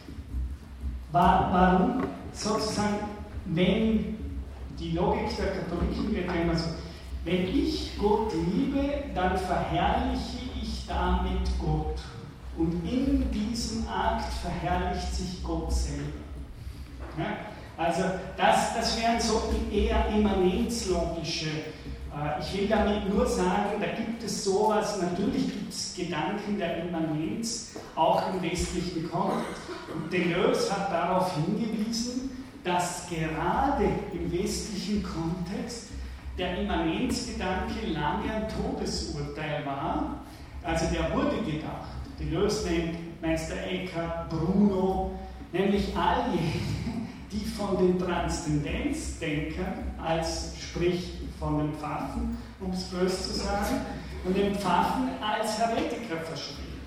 warum sozusagen, wenn die Logik der Katholiken wird immer so, wenn ich Gott liebe, dann verherrliche ich damit Gott. Und in diesem Akt verherrlicht sich Gott selber. Ja? Also das wären so eher immanenzlogische. Ich will damit nur sagen, da gibt es sowas, natürlich gibt es Gedanken der Immanenz, auch im westlichen Kontext. Und Deleuze hat darauf hingewiesen, dass gerade im westlichen Kontext der Immanenzgedanke lange ein Todesurteil war. Also der wurde gedacht. Deleuze nennt Meister Eckhart, Bruno, nämlich all jene, die von den Transzendenzdenkern, sprich von den Pfaffen, um es böse zu sagen, und den Pfaffen als Heretiker verschrieben.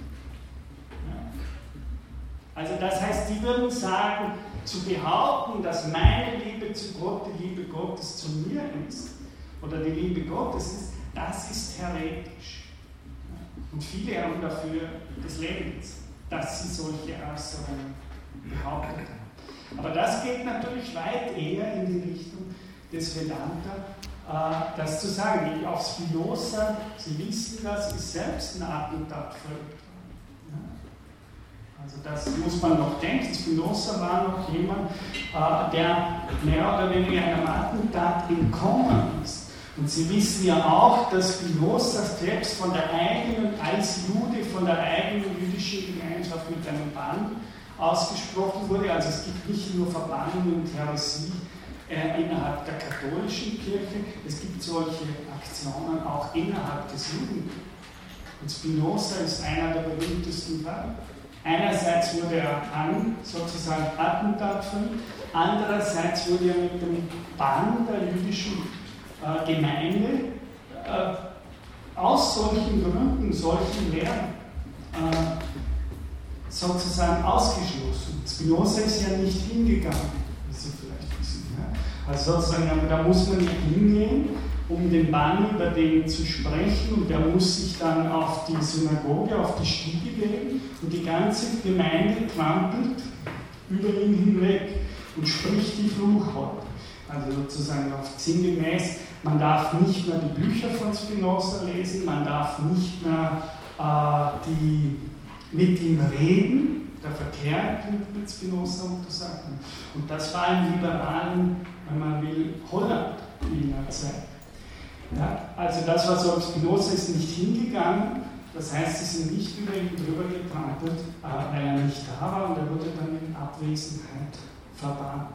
Ja. Also das heißt, die würden sagen, zu behaupten, dass meine Liebe zu Gott die Liebe Gottes zu mir ist, oder die Liebe Gottes ist, das ist heretisch. Und viele haben dafür des Lebens, dass sie solche Äußerungen behauptet haben. Aber das geht natürlich weit eher in die Richtung des Vedanta, das zu sagen. Wie auf Spinoza, Sie wissen das, ist selbst ein Attentat verübt worden. Also das muss man noch denken. Spinoza war noch jemand, der mehr oder weniger einem Attentat entkommen ist. Und Sie wissen ja auch, dass Spinoza selbst von der eigenen, als Jude, von der eigenen jüdischen Gemeinschaft mit einem Bann ausgesprochen wurde. Also es gibt nicht nur Verbannung und Häresie innerhalb der katholischen Kirche, es gibt solche Aktionen auch innerhalb des Judentums. Und Spinoza ist einer der berühmtesten Fälle. Einerseits wurde er sozusagen Attentat verübt, andererseits wurde er mit dem Bann der jüdischen Gemeinde aus solchen Gründen, solchen Lehren sozusagen ausgeschlossen. Spinoza ist ja nicht hingegangen, wie Sie vielleicht wissen. Ja? Also sozusagen, da muss man nicht hingehen, um den Bann über den zu sprechen, und der muss sich dann auf die Synagoge, auf die Stiege legen, und die ganze Gemeinde trampelt über ihn hinweg und spricht die Fluchworte. Also sozusagen auf sinngemäß, man darf nicht mehr die Bücher von Spinoza lesen, man darf nicht mehr mit ihm reden, verkehrt mit Spinoza untersagt. Und das war im liberalen, wenn man will, Holland in der Zeit. Ja, also das, was so Spinoza ist nicht hingegangen, das heißt, sie sind nicht über ihn drüber getrampelt, weil er nicht da war und er wurde dann in Abwesenheit verbannt.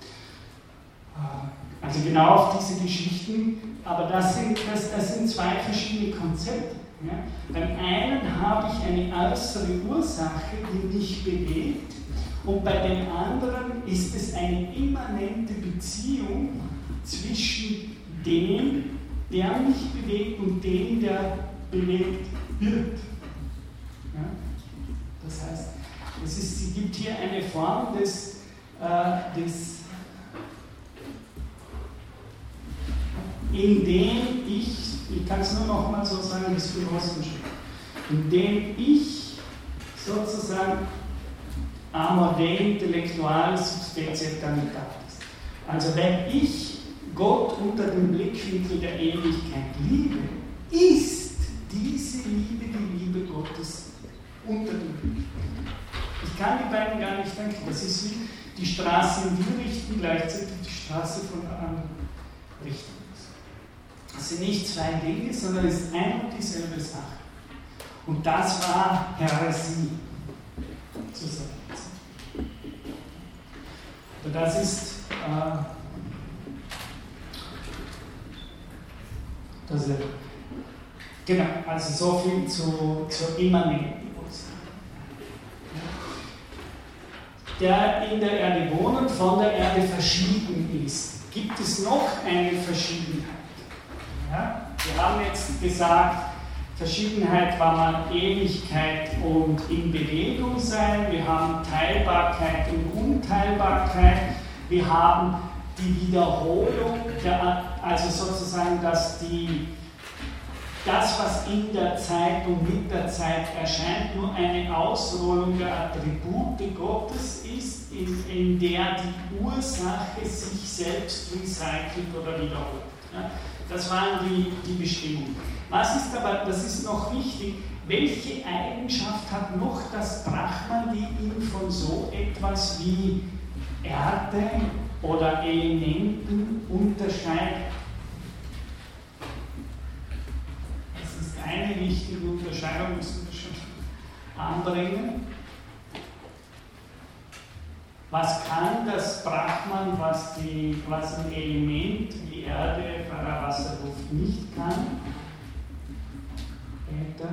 Also genau auf diese Geschichten, aber das sind zwei verschiedene Konzepte. Ja? Beim einen habe ich eine äußere Ursache, die mich bewegt, und bei dem anderen ist es eine immanente Beziehung zwischen dem, der mich bewegt, und dem, der bewegt wird. Ja? Das heißt, es gibt hier eine Form des in dem ich kann es nur noch mal so sagen, das Genossenschaft, in dem ich sozusagen amor Dei intellectualis substantia eternitatis. Also wenn ich Gott unter dem Blickwinkel der Ewigkeit liebe, ist diese Liebe die Liebe Gottes unter dem Blickwinkel. Ich kann die beiden gar nicht denken. Das ist wie die Straße in die Richtung, gleichzeitig die Straße von der anderen Richtung. Das sind nicht zwei Dinge, sondern es ist ein und dieselbe Sache. Und das war Häresie zu seiner Zeit. Und das ist genau, also so viel zur immanenten Ursache. Der in der Erde wohnt, von der Erde verschieden ist. Gibt es noch eine Verschiedenheit? Ja? Wir haben jetzt gesagt, Verschiedenheit war mal Ewigkeit und in Bewegung sein. Wir haben Teilbarkeit und Unteilbarkeit. Wir haben die Wiederholung, also sozusagen, dass das, was in der Zeit und mit der Zeit erscheint, nur eine Ausrollung der Attribute Gottes ist, in der die Ursache sich selbst recycelt oder wiederholt. Ja? Das waren die Bestimmungen. Was ist aber, das ist noch wichtig, welche Eigenschaft hat noch das Brahman, die ihn von so etwas wie Erde oder Elementen unterscheidet? Das ist eine wichtige Unterscheidung, müssen wir schon anbringen. Was kann das Brahman, was ein Element wie Erde, Feuer, Wasser, Luft nicht kann? Äther.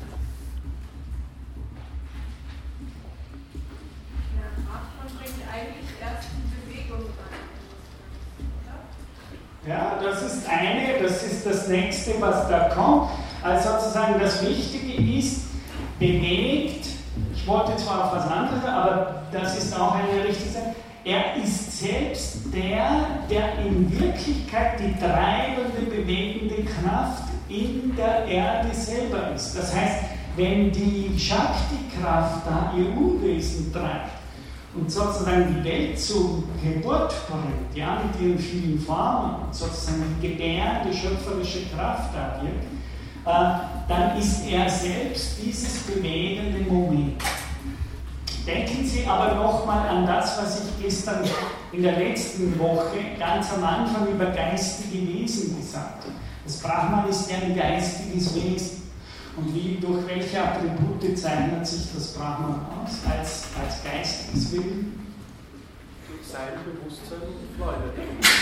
Ja, Brahman bringt eigentlich erst die Bewegung rein, oder? Ja, das ist das nächste, was da kommt. Also sozusagen das Wichtige ist, bewegt. Ich wollte zwar auf was anderes, aber das ist auch eine richtige Sache. Er ist selbst der in Wirklichkeit die treibende, bewegende Kraft in der Erde selber ist. Das heißt, wenn die Shakti-Kraft da ihr Unwesen treibt und sozusagen die Welt zur Geburt bringt, ja, mit ihren vielen Formen, sozusagen die gebärende, schöpferische Kraft da wirkt, dann ist er selbst dieses bewegende Moment. Denken Sie aber nochmal an das, was ich gestern in der letzten Woche ganz am Anfang über geistige Wesen gesagt habe. Das Brahman ist ja ein geistiges Wesen. Und durch welche Attribute zeichnet sich das Brahman aus als geistiges Wesen? Durch sein Bewusstsein und Freude.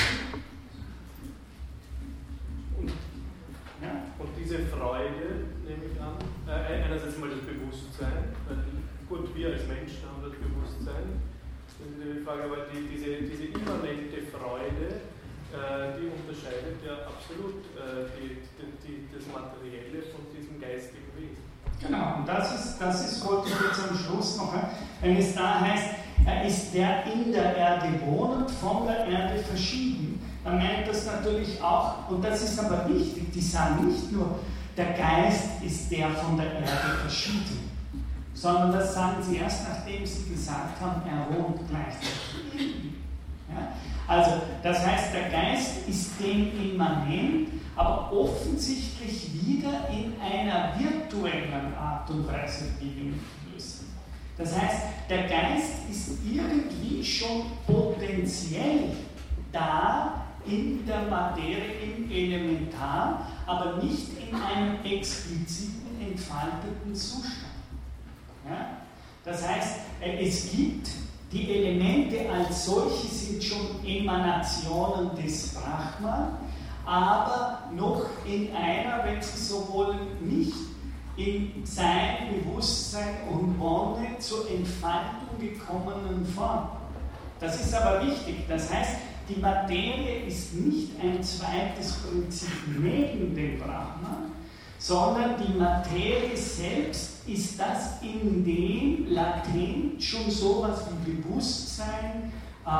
Und diese Freude, nehme ich an, einerseits mal das Bewusstsein, weil gut, wir als Menschen haben das Bewusstsein, das ist die Frage, aber diese immanente Freude, die unterscheidet ja absolut das Materielle von diesem geistigen Wesen. Genau, und das ist wollte ich jetzt am Schluss noch, wenn es da heißt, er ist der in der Erde wohnend, von der Erde verschieden, dann meint das natürlich auch, und das ist aber wichtig, die sagen nicht nur, der Geist ist der von der Erde verschieden, sondern das sagen sie erst, nachdem sie gesagt haben, er wohnt gleichzeitig. Ja? Also, das heißt, der Geist ist dem immanent, aber offensichtlich wieder in einer virtuellen Art und Weise, wie wir lösen. Das heißt, der Geist ist irgendwie schon potenziell da in der Materie, im Elementar, aber nicht in einem expliziten, entfalteten Zustand. Ja? Das heißt, es gibt die Elemente als solche sind schon Emanationen des Brahman, aber noch in einer, wenn Sie so wollen, nicht in sein Bewusstsein und Wonne zur Entfaltung gekommenen Form. Das ist aber wichtig. Das heißt, die Materie ist nicht ein zweites Prinzip neben dem Brahman, sondern die Materie selbst ist das, in dem latent schon sowas wie Bewusstsein,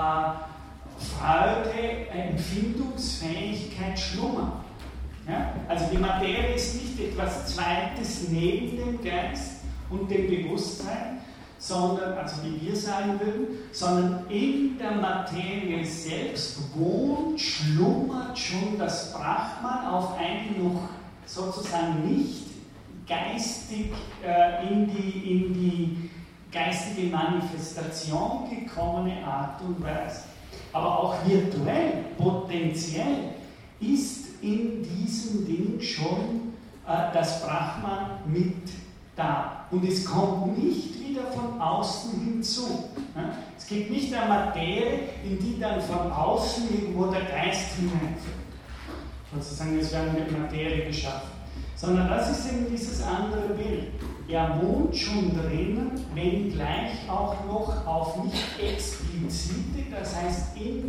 Freude, Empfindungsfähigkeit schlummern. Ja? Also die Materie ist nicht etwas Zweites neben dem Geist und dem Bewusstsein, sondern, also wie wir sagen würden, sondern in der Materie selbst wohnt, schlummert schon das Brahman auf eine noch sozusagen nicht geistig in die geistige Manifestation gekommene Art und Weise. Aber auch virtuell, potenziell ist in diesem Ding schon das Brahman mit da. Und es kommt nicht wieder von außen hinzu. Es gibt nicht eine Materie, in die dann von außen irgendwo der Geist hineinfällt. Sozusagen, es wäre mit Materie geschaffen. Sondern das ist eben dieses andere Bild. Er wohnt schon drinnen, wenngleich auch noch auf nicht explizite, das heißt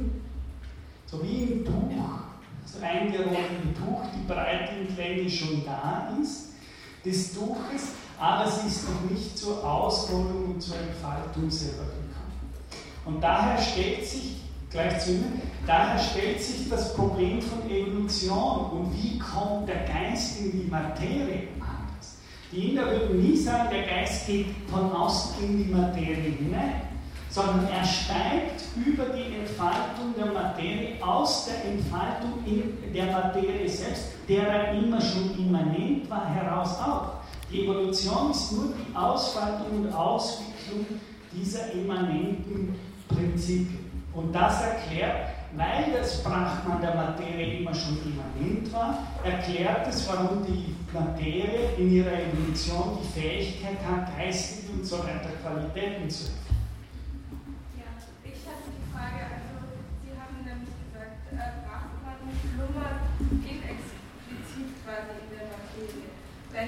so wie im Tuch, so eingerollten Tuch, die Breite und Länge schon da ist, des Tuches, aber sie ist noch nicht zur Ausrollung und zur Entfaltung selber gekommen. Und daher stellt sich, gleich zu Ihnen, daher stellt sich das Problem von Evolution und wie kommt der Geist in die Materie anders. Die Inder würden nie sagen, der Geist geht von außen in die Materie hinein, sondern er steigt über die Entfaltung der Materie aus der Entfaltung in der Materie selbst, der er immer schon immanent war, heraus auf. Die Evolution ist nur die Ausfaltung und Auswicklung dieser immanenten Prinzipien. Und das erklärt, weil das Brahman der Materie immer schon immanent war, erklärt es, warum die Materie in ihrer Evolution die Fähigkeit hat, geistige und so weiter Qualitäten zu entwickeln. Ja, ich hatte die Frage, also Sie haben nämlich gesagt, Brahman schlummert inexplizit quasi in der Materie. Wenn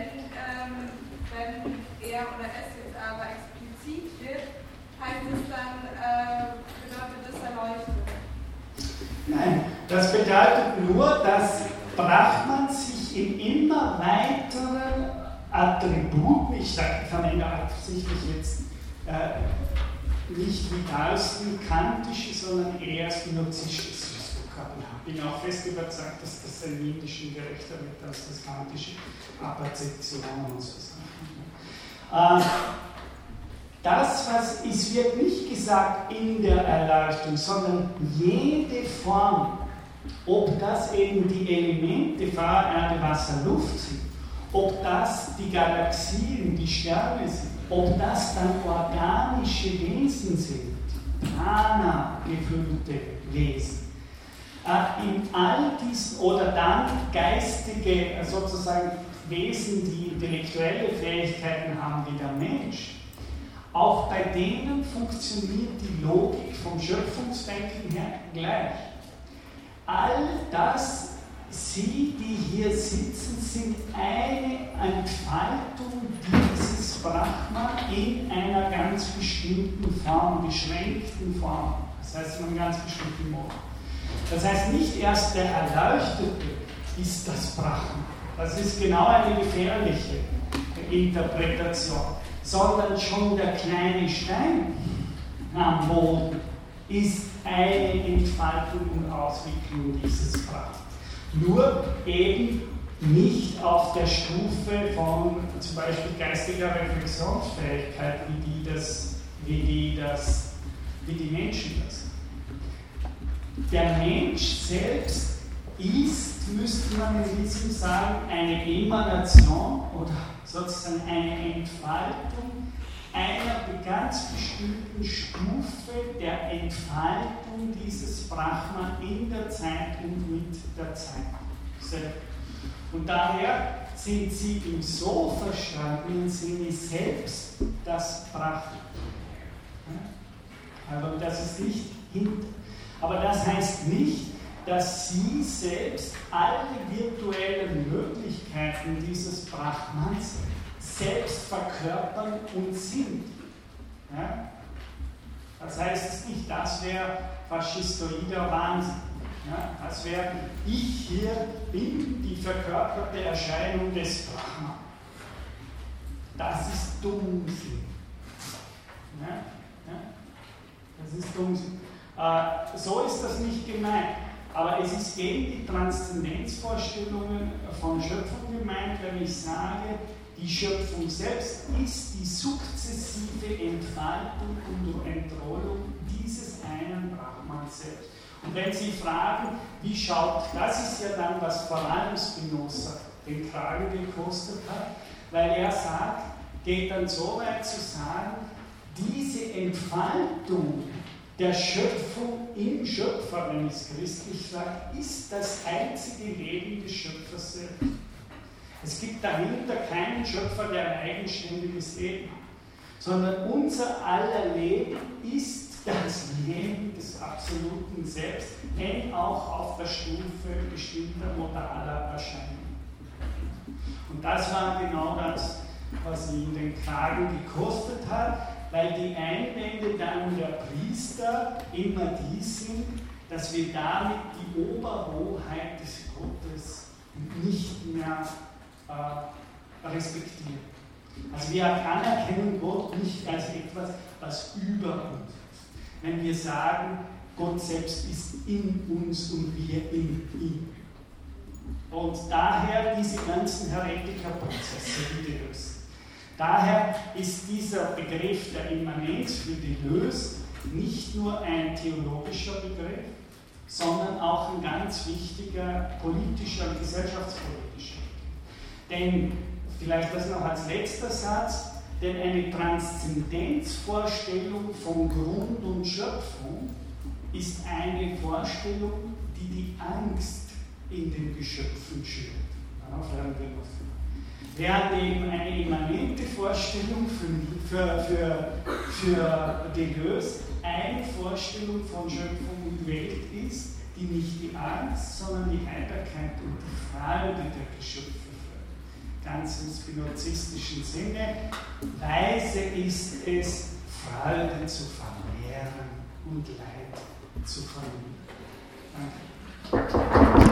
er oder es jetzt aber explizit wird, heißt es dann, bedeutet das Erleuchtung? Nein, das bedeutet nur, dass Brahman sich in immer weiteren Attributen, ich verwende absichtlich jetzt nicht wie Carlsen kantische, sondern eher spinozistisches Vokabular. Ich bin auch fest überzeugt, dass das dem Indischen gerechter wird als das kantische, Apperzeption und so Sachen. Es wird nicht gesagt in der Erleuchtung, sondern jede Form, ob das eben die Elemente Feuer, Erde, Wasser, Luft sind, ob das die Galaxien, die Sterne sind, ob das dann organische Wesen sind, Prana gefüllte Wesen. In all diesen, oder dann geistige, sozusagen Wesen, die intellektuelle Fähigkeiten haben wie der Mensch, auch bei denen funktioniert die Logik vom Schöpfungsdenken her gleich. All das, Sie, die hier sitzen, sind eine Entfaltung dieses Brahman in einer ganz bestimmten Form, beschränkten Form. Das heißt, in einem ganz bestimmten Mod. Das heißt, nicht erst der Erleuchtete ist das Brahman. Das ist genau eine gefährliche Interpretation. Sondern schon der kleine Stein am Boden ist eine Entfaltung und Auswicklung dieses Brahman. Nur eben nicht auf der Stufe von zum Beispiel geistiger Reflexionsfähigkeit, wie die Menschen das. Der Mensch selbst ist, müsste man in diesem sagen, eine Emanation oder sozusagen eine Entfaltung einer ganz bestimmten Stufe der Entfaltung dieses Brahman in der Zeit und mit der Zeit. Und daher sind sie im so verstandenen Sinne selbst das Brahman. Aber das ist nicht hinter. Aber das heißt nicht, dass sie selbst alle virtuellen Möglichkeiten dieses Brahmans selbst verkörpern und sind. Ja? Das heißt es nicht, das wäre faschistoider Wahnsinn. Ja? Das wäre, ich hier bin die verkörperte Erscheinung des Brahman. Das ist Dummsinn. Ja? Ja? Das ist Dummsinn. So ist das nicht gemeint. Aber es ist gegen die Transzendenzvorstellungen von Schöpfung gemeint, wenn ich sage, die Schöpfung selbst ist die sukzessive Entfaltung und Entrollung dieses einen Brahmans selbst. Und wenn Sie fragen, wie schaut, das ist ja dann, was vor allem Spinoza den Kragen gekostet hat, weil er sagt, geht dann so weit zu sagen, diese Entfaltung der Schöpfung im Schöpfer, wenn ich es christlich sage, ist das einzige Leben des Schöpfers selbst. Es gibt dahinter keinen Schöpfer, der ein eigenständiges Leben hat, sondern unser aller Leben ist das Leben des absoluten Selbst, wenn auch auf der Stufe bestimmter modaler Erscheinungen. Und das war genau das, was ihn den Kragen gekostet hat, weil die Einwände dann der Priester immer die sind, dass wir damit die Oberhoheit des Gottes nicht mehr respektieren. Also wir anerkennen Gott nicht als etwas, was über uns ist. Wenn wir sagen, Gott selbst ist in uns und wir in ihm. Und daher diese ganzen Heretikerprozesse, die Deleuze. Daher ist dieser Begriff der Immanenz für Deleuze nicht nur ein theologischer Begriff, sondern auch ein ganz wichtiger politischer und gesellschaftspolitischer. Denn, vielleicht das noch als letzter Satz, denn eine Transzendenzvorstellung von Grund und Schöpfung ist eine Vorstellung, die die Angst in den Geschöpfen schürt. Darauf lernen wir was. Während eben eine immanente Vorstellung für Deleuze eine Vorstellung von Schöpfung und Welt ist, die nicht die Angst, sondern die Heiterkeit und die Freude der Geschöpfe fördert. Ganz im spinozistischen Sinne, weise ist es, Freude zu vermehren und Leid zu vermehren.